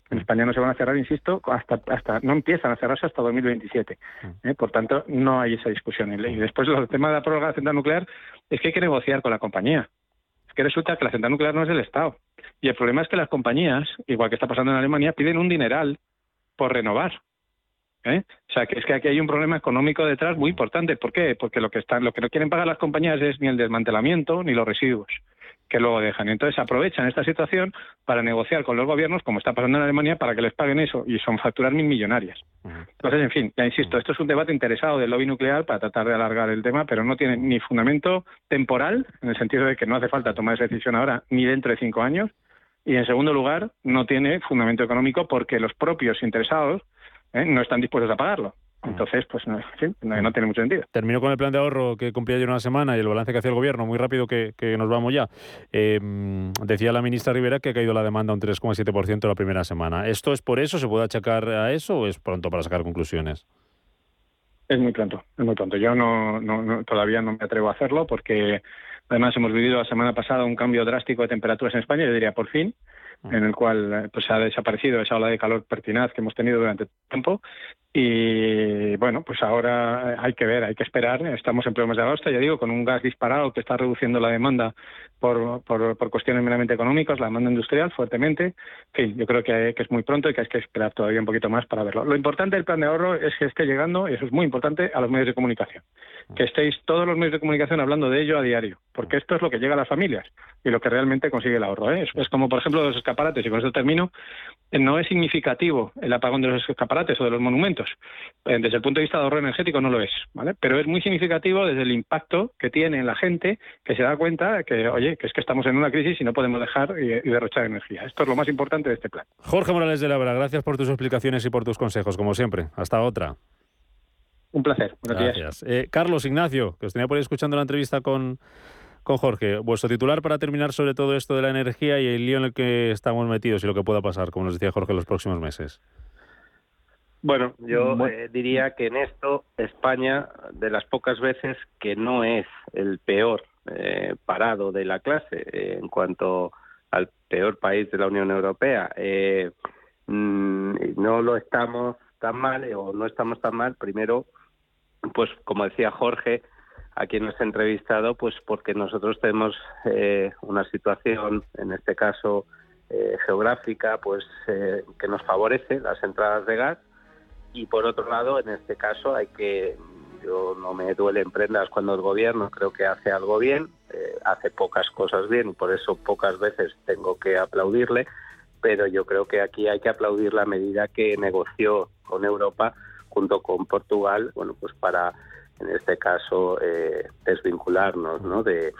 En España no se van a cerrar, insisto, hasta hasta no empiezan a cerrarse hasta dos mil veintisiete. ¿eh? Por tanto, no hay esa discusión. Y después, el tema de la prórroga de la central nuclear es que hay que negociar con la compañía. Es que resulta que la central nuclear no es del Estado. Y el problema es que las compañías, igual que está pasando en Alemania, piden un dineral por renovar. ¿eh? O sea, que es que aquí hay un problema económico detrás muy importante. ¿Por qué? Porque lo que están, lo que no quieren pagar las compañías es ni el desmantelamiento ni los residuos que luego dejan. Entonces aprovechan esta situación para negociar con los gobiernos, como está pasando en Alemania, para que les paguen eso, y son facturas mil millonarias. Entonces, en fin, ya insisto, esto es un debate interesado del lobby nuclear para tratar de alargar el tema, pero no tiene ni fundamento temporal, en el sentido de que no hace falta tomar esa decisión ahora, ni dentro de cinco años, y en segundo lugar, no tiene fundamento económico porque los propios interesados ¿eh? no están dispuestos a pagarlo. Entonces, pues no, sí, no, no tiene mucho sentido.
Termino con el plan de ahorro que cumplía ayer una semana y el balance que hacía el Gobierno, muy rápido que, que nos vamos ya. Eh, decía la ministra Rivera que ha caído la demanda un tres coma siete por ciento la primera semana. ¿Esto es por eso? ¿Se puede achacar a eso o es pronto para sacar conclusiones?
Es muy pronto, es muy pronto. Yo no, no, no todavía no me atrevo a hacerlo porque además hemos vivido la semana pasada un cambio drástico de temperaturas en España, yo diría por fin, en el cual pues ha desaparecido esa ola de calor pertinaz que hemos tenido durante tiempo y bueno, pues ahora hay que ver, hay que esperar. Estamos en pleno mes de agosto, ya digo, con un gas disparado que está reduciendo la demanda por, por, por cuestiones meramente económicas, la demanda industrial fuertemente. En fin, yo creo que, que es muy pronto y que hay que esperar todavía un poquito más para verlo. Lo importante del plan de ahorro es que esté llegando, y eso es muy importante, a los medios de comunicación. Que estéis todos los medios de comunicación hablando de ello a diario, porque esto es lo que llega a las familias y lo que realmente consigue el ahorro. ¿eh? Es, es como, por ejemplo, los escaparates, y con esto termino, no es significativo el apagón de los escaparates o de los monumentos. Eh, desde el punto de vista de ahorro energético no lo es, ¿vale? Pero es muy significativo desde el impacto que tiene en la gente, que se da cuenta que, oye, que es que estamos en una crisis y no podemos dejar y, y derrochar energía. Esto es lo más importante de este plan.
Jorge Morales de Labra, gracias por tus explicaciones y por tus consejos, como siempre. Hasta otra.
Un placer. Buenos
Gracias. días. Eh, Carlos Ignacio, que os tenía por ahí escuchando la entrevista con, con Jorge. Vuestro titular para terminar sobre todo esto de la energía y el lío en el que estamos metidos y lo que pueda pasar, como nos decía Jorge, en los próximos meses.
Bueno, yo eh, diría que en esto España, de las pocas veces que no es el peor eh, parado de la clase eh, en cuanto al peor país de la Unión Europea, eh, mm, no lo estamos tan mal eh, o no estamos tan mal, primero, pues como decía Jorge, a quien nos ha entrevistado, pues porque nosotros tenemos eh, una situación, en este caso eh, geográfica, pues eh, que nos favorece las entradas de gas, y por otro lado, en este caso hay que, yo no me duele en prendas cuando el gobierno creo que hace algo bien, eh, hace pocas cosas bien y por eso pocas veces tengo que aplaudirle, pero yo creo que aquí hay que aplaudir la medida que negoció con Europa junto con Portugal, bueno, pues para, en este caso, eh, desvincularnos, ¿no?, de,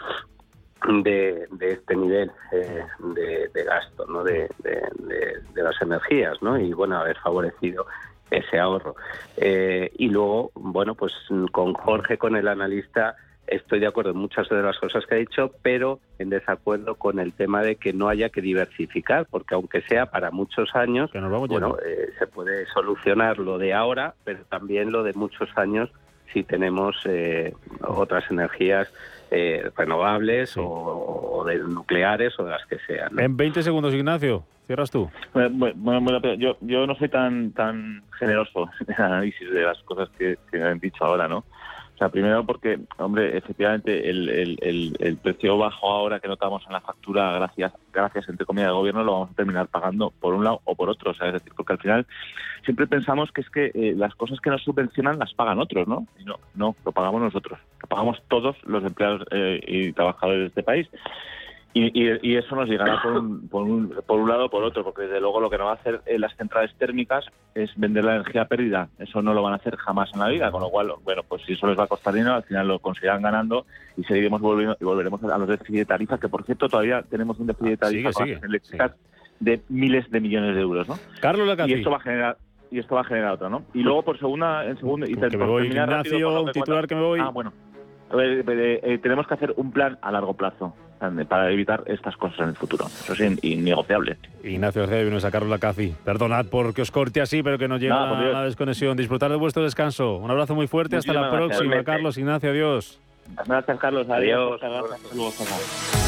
de, de este nivel eh, de, de gasto, ¿no?, de, de, de, de las energías, ¿no?, y, bueno, haber favorecido ese ahorro. Eh, y luego, bueno, pues con Jorge, con el analista, estoy de acuerdo en muchas de las cosas que ha dicho, pero en desacuerdo con el tema de que no haya que diversificar, porque aunque sea para muchos años, bueno, eh, se puede solucionar lo de ahora, pero también lo de muchos años si tenemos eh, otras energías eh, renovables sí. o, o de nucleares o de las que sean, ¿no?
En veinte segundos, Ignacio, cierras tú.
Bueno, bueno, yo, yo no soy tan tan generoso en el análisis de las cosas que, que han dicho ahora, ¿no? O sea, primero porque, hombre, efectivamente el, el, el, el precio bajo ahora que notamos en la factura, gracias, gracias entre comillas, del gobierno, lo vamos a terminar pagando por un lado o por otro. O sea, es decir, porque al final siempre pensamos que es que eh, las cosas que nos subvencionan las pagan otros, ¿no? Y no, no, lo pagamos nosotros. Lo pagamos todos los empleados eh, y trabajadores de este país. Y, y, y eso nos llegará por un, por, un, por un lado o por otro, porque desde luego lo que no va a hacer en las centrales térmicas es vender la energía perdida. Eso no lo van a hacer jamás en la vida, con lo cual, bueno, pues si eso les va a costar dinero, al final lo conseguirán ganando y seguiremos volviendo y volveremos a los déficits de tarifas, que por cierto todavía tenemos un déficit de tarifas
sigue, sigue,
eléctricas sigue. de miles de millones de euros, ¿no?
Carlos Lacaci.
Y esto va a generar y esto va a generar otra, ¿no? Y luego por segunda, en segundo y
que me voy, Ignacio, un titular que me voy.
Ah, bueno. Eh, eh, eh, tenemos que hacer un plan a largo plazo para evitar estas cosas en el futuro. Eso es innegociable.
Ignacio García vino a Carlos Lacaci. Perdonad porque os corte así, pero que nos llega no, la, la desconexión. Disfrutar de vuestro descanso. Un abrazo muy fuerte. Muchísimas hasta la próxima, gracias. Carlos. Ignacio, adiós.
Gracias, Carlos. Adiós.
Adiós.
Gracias.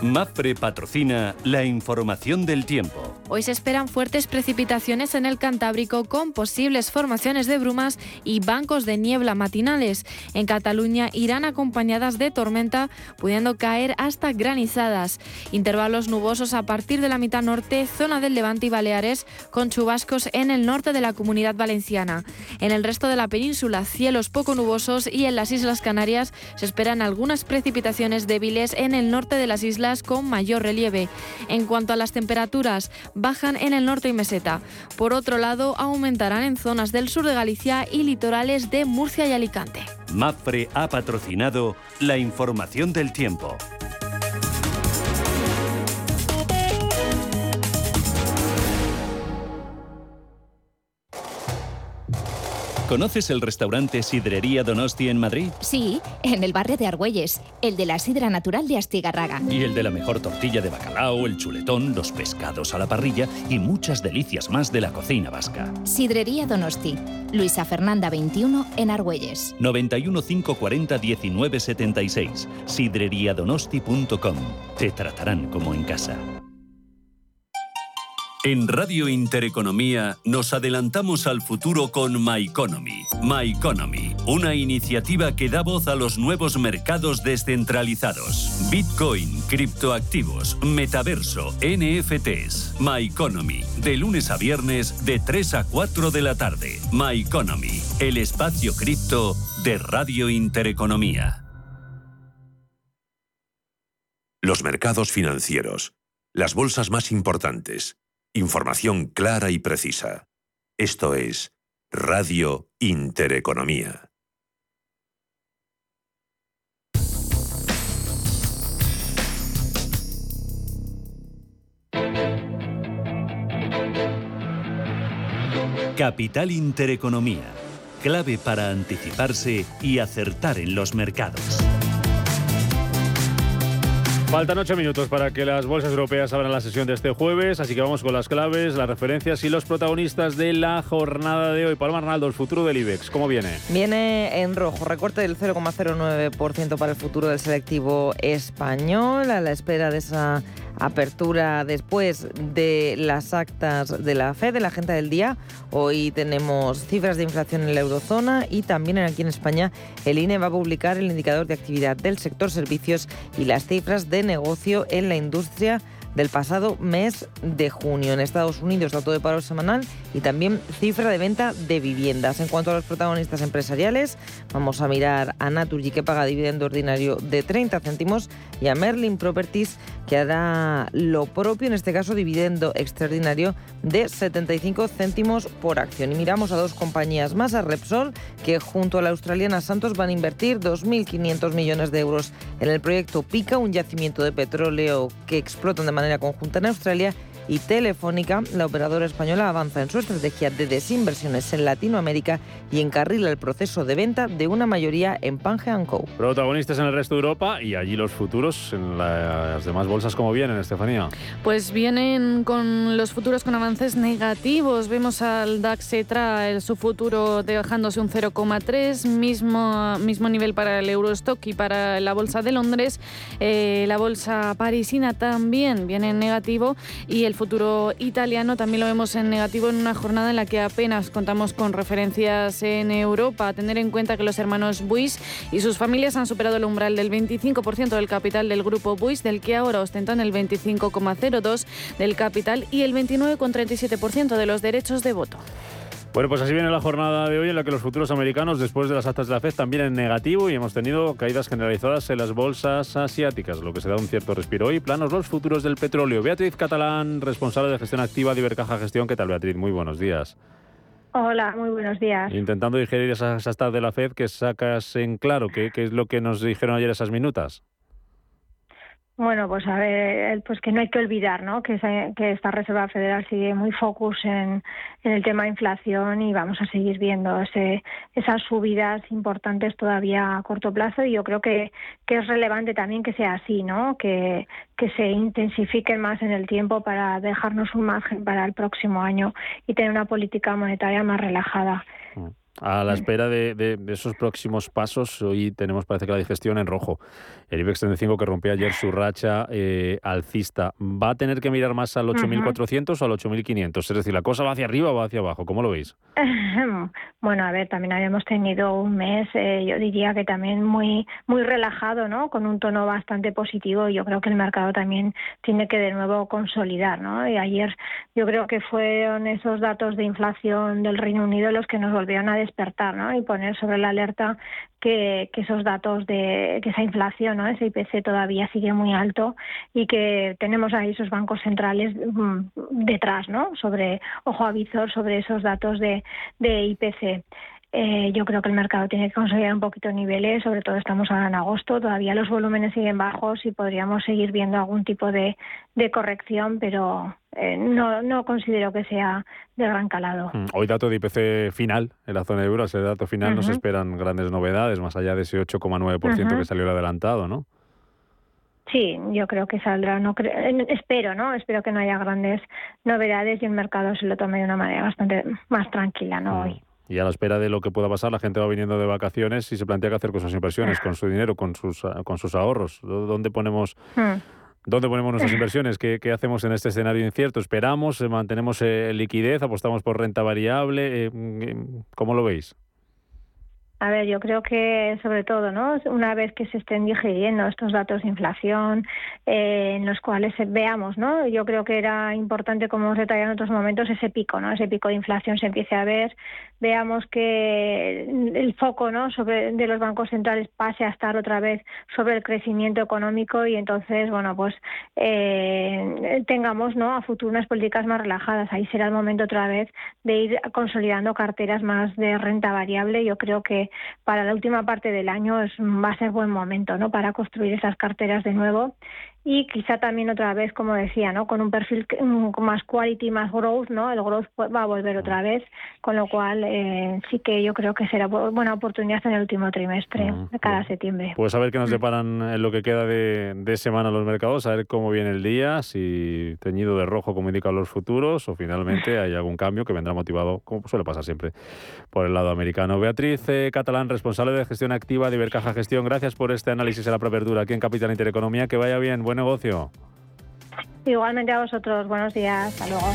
Mapfre patrocina la información del tiempo.
Hoy se esperan fuertes precipitaciones en el Cantábrico con posibles formaciones de brumas y bancos de niebla matinales. En Cataluña irán acompañadas de tormenta, pudiendo caer hasta granizadas. Intervalos nubosos a partir de la mitad norte, zona del Levante y Baleares, con chubascos en el norte de la Comunidad Valenciana. En el resto de la península, cielos poco nubosos y en las Islas Canarias se esperan algunas precipitaciones débiles en el norte de las islas con mayor relieve. En cuanto a las temperaturas, bajan en el norte y meseta. Por otro lado, aumentarán en zonas del sur de Galicia y litorales de Murcia y Alicante.
Mapfre ha patrocinado la información del tiempo. ¿Conoces el restaurante Sidrería Donosti en Madrid?
Sí, en el barrio de Argüelles, el de la sidra natural de Astigarraga.
Y el de la mejor tortilla de bacalao, el chuletón, los pescados a la parrilla y muchas delicias más de la cocina vasca.
Sidrería Donosti, Luisa Fernanda veintiuno en Argüelles.
noventa y uno, cinco cuarenta, diecinueve setenta y seis. sidreriadonosti punto com. Te tratarán como en casa. En Radio Intereconomía nos adelantamos al futuro con MyEconomy. MyEconomy, una iniciativa que da voz a los nuevos mercados descentralizados. Bitcoin, criptoactivos, metaverso, N F Ts. MyEconomy, de lunes a viernes de tres a cuatro de la tarde. MyEconomy, el espacio cripto de Radio Intereconomía.
Los mercados financieros, las bolsas más importantes. Información clara y precisa. Esto es Radio Intereconomía.
Capital Intereconomía. Clave para anticiparse y acertar en los mercados.
Faltan ocho minutos para que las bolsas europeas abran la sesión de este jueves, así que vamos con las claves, las referencias y los protagonistas de la jornada de hoy. Paloma Arnaldo, el futuro del IBEX, ¿cómo viene?
Viene en rojo, recorte del cero coma cero nueve por ciento para el futuro del selectivo español, a la espera de esa apertura después de las actas de la F E D, de la agenda del día. Hoy tenemos cifras de inflación en la eurozona y también aquí en España el I N E va a publicar el indicador de actividad del sector servicios y las cifras de negocio en la industria del pasado mes de junio. En Estados Unidos, dato de paro semanal y también cifra de venta de viviendas. En cuanto a los protagonistas empresariales, vamos a mirar a Naturgy, que paga dividendo ordinario de treinta céntimos, y a Merlin Properties, que hará lo propio, en este caso dividendo extraordinario de setenta y cinco céntimos por acción. Y miramos a dos compañías más, a Repsol, que junto a la australiana Santos van a invertir dos mil quinientos millones de euros en el proyecto Pica, un yacimiento de petróleo que explotan de manera conjunta en Australia, y Telefónica, la operadora española, avanza en su estrategia de desinversiones en Latinoamérica y encarrila el proceso de venta de una mayoría en Pange and Co.
Protagonistas en el resto de Europa y allí los futuros en las demás bolsas, ¿cómo vienen, Estefanía?
Pues vienen con los futuros con avances negativos. Vemos al DAX Etra, el, su futuro dejándose un cero coma tres, mismo, mismo nivel para el Eurostock y para la bolsa de Londres. Eh, la bolsa parisina también viene en negativo y el futuro italiano también lo vemos en negativo en una jornada en la que apenas contamos con referencias en Europa. A tener en cuenta que los hermanos Buis y sus familias han superado el umbral del veinticinco por ciento del capital del grupo Buis, del que ahora ostentan el veinticinco coma cero dos del capital y el veintinueve coma treinta y siete por ciento de los derechos de voto.
Bueno, pues así viene la jornada de hoy, en la que los futuros americanos, después de las actas de la F E D, también en negativo, y hemos tenido caídas generalizadas en las bolsas asiáticas, lo que se da un cierto respiro hoy. Planos los futuros del petróleo. Beatriz Catalán, responsable de gestión activa de Ibercaja Gestión. ¿Qué tal, Beatriz? Muy buenos días.
Hola, muy buenos días.
Intentando digerir esas actas de la F E D, que sacas en claro, ¿qué, qué es lo que nos dijeron ayer esas minutas?
Bueno, pues a ver, pues que no hay que olvidar, ¿no? Que, se, que esta Reserva Federal sigue muy focus en, en el tema de inflación y vamos a seguir viendo ese, esas subidas importantes todavía a corto plazo, y yo creo que, que es relevante también que sea así, ¿no? Que, que se intensifiquen más en el tiempo para dejarnos un margen para el próximo año y tener una política monetaria más relajada.
A la espera de, de, de esos próximos pasos, hoy tenemos, parece que la digestión en rojo. El IBEX treinta y cinco, que rompió ayer su racha eh, alcista, ¿va a tener que mirar más al ocho mil cuatrocientos uh-huh. o al ocho mil quinientos? Es decir, ¿la cosa va hacia arriba o va hacia abajo? ¿Cómo lo veis?
Bueno, a ver, también habíamos tenido un mes, eh, yo diría que también muy muy relajado, ¿no? Con un tono bastante positivo. Yo creo que el mercado también tiene que de nuevo consolidar, ¿no? Y ayer yo creo que fueron esos datos de inflación del Reino Unido los que nos volvieron a despertar, ¿no? Y poner sobre la alerta que, que esos datos de que esa inflación, ¿no? Ese I P C todavía sigue muy alto y que tenemos ahí esos bancos centrales mmm, detrás, ¿no? Sobre ojo a visor sobre esos datos de, de I P C. Eh, yo creo que el mercado tiene que consolidar un poquito niveles, sobre todo estamos ahora en agosto, todavía los volúmenes siguen bajos y podríamos seguir viendo algún tipo de, de corrección, pero eh, no, no considero que sea de gran calado.
Hoy dato de I P C final en la zona de euro, ese dato final uh-huh. no se esperan grandes novedades, más allá de ese ocho coma nueve por ciento uh-huh. que salió el adelantado, ¿no?
Sí, yo creo que saldrá, no cre- espero, ¿no? Espero que no haya grandes novedades y el mercado se lo tome de una manera bastante más tranquila, ¿no? Uh-huh. Hoy.
Y a la espera de lo que pueda pasar, la gente va viniendo de vacaciones y se plantea que hacer con sus inversiones, con su dinero, con sus con sus ahorros. ¿Dónde ponemos hmm. dónde ponemos nuestras inversiones? ¿Qué, qué hacemos en este escenario incierto? ¿Esperamos? ¿Mantenemos eh, liquidez? ¿Apostamos por renta variable? Eh, ¿Cómo lo veis?
A ver, yo creo que sobre todo, ¿no? Una vez que se estén digiriendo estos datos de inflación, eh, en los cuales veamos, ¿no? Yo creo que era importante, como hemos detallado en otros momentos, ese pico, ¿no? Ese pico de inflación se empiece a ver, veamos que el foco, ¿no? Sobre de los bancos centrales pase a estar otra vez sobre el crecimiento económico y entonces, bueno, pues eh, tengamos, ¿no? A futuro unas políticas más relajadas. Ahí será el momento otra vez de ir consolidando carteras más de renta variable. Yo creo que para la última parte del año es, va a ser buen momento, ¿no? Para construir esas carteras de nuevo y quizá también otra vez, como decía, ¿no? Con un perfil más quality, más growth, ¿no? El growth va a volver otra vez, con lo cual eh, sí que yo creo que será buena oportunidad en el último trimestre uh-huh. de cada septiembre.
Pues a ver qué nos deparan en lo que queda de, de semana los mercados, a ver cómo viene el día, si teñido de rojo como indican los futuros o finalmente hay algún cambio que vendrá motivado, como suele pasar siempre, por el lado americano. Beatriz eh, Catalán, responsable de gestión activa de Ibercaja Gestión, gracias por este análisis a la preapertura aquí en Capital Intereconomía. Que vaya bien, buen negocio.
Igualmente a vosotros, buenos días, hasta luego.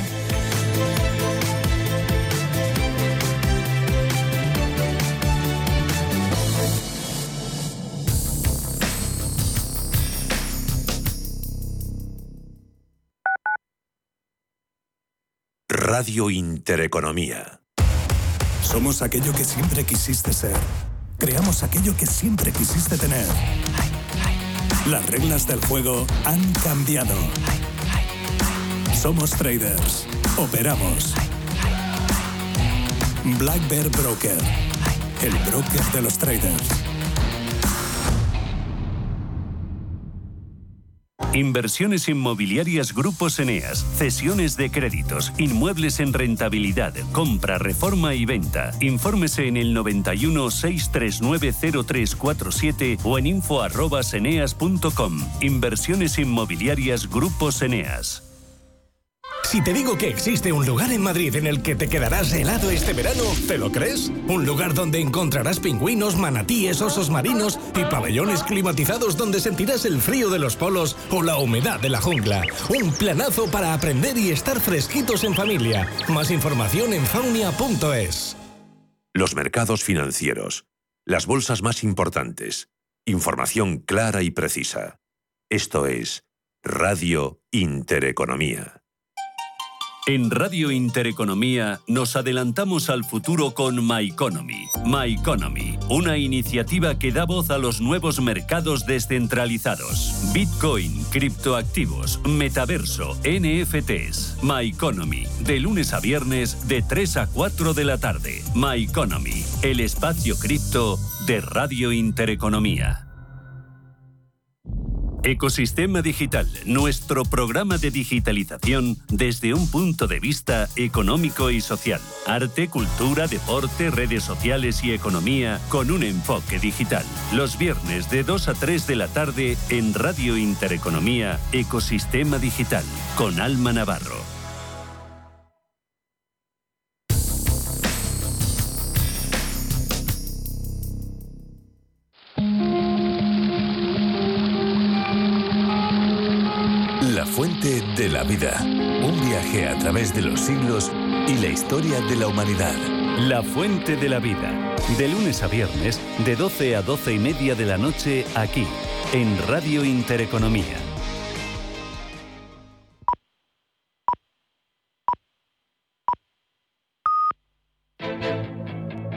Radio Intereconomía.
Somos aquello que siempre quisiste ser. Creamos aquello que siempre quisiste tener. Las reglas del juego han cambiado. Somos traders. Operamos. Black Bear Broker. El broker de los traders.
Inversiones inmobiliarias Grupos Eneas, cesiones de créditos, inmuebles en rentabilidad, compra, reforma y venta. Infórmese en el noventa y uno, seiscientos treinta y nueve, cero tres cuatro siete o en info arroba eneas punto com. Inversiones inmobiliarias Grupos Eneas.
Si te digo que existe un lugar en Madrid en el que te quedarás helado este verano, ¿te lo crees? Un lugar donde encontrarás pingüinos, manatíes, osos marinos y pabellones climatizados donde sentirás el frío de los polos o la humedad de la jungla. Un planazo para aprender y estar fresquitos en familia. Más información en faunia punto es.
Los mercados financieros. Las bolsas más importantes. Información clara y precisa. Esto es Radio Intereconomía.
En Radio Intereconomía nos adelantamos al futuro con MyEconomy. MyEconomy, una iniciativa que da voz a los nuevos mercados descentralizados. Bitcoin, criptoactivos, metaverso, N F Ts. MyEconomy, de lunes a viernes de tres a cuatro de la tarde. MyEconomy, el espacio cripto de Radio Intereconomía. Ecosistema Digital, nuestro programa de digitalización desde un punto de vista económico y social. Arte, cultura, deporte, redes sociales y economía con un enfoque digital. Los viernes de dos a tres de la tarde en Radio Intereconomía, Ecosistema Digital, con Alma Navarro.
fuente de la vida. Un viaje a través de los siglos y la historia de la humanidad.
La fuente de la vida. De lunes a viernes, de doce a doce y media de la noche, aquí, en Radio Intereconomía.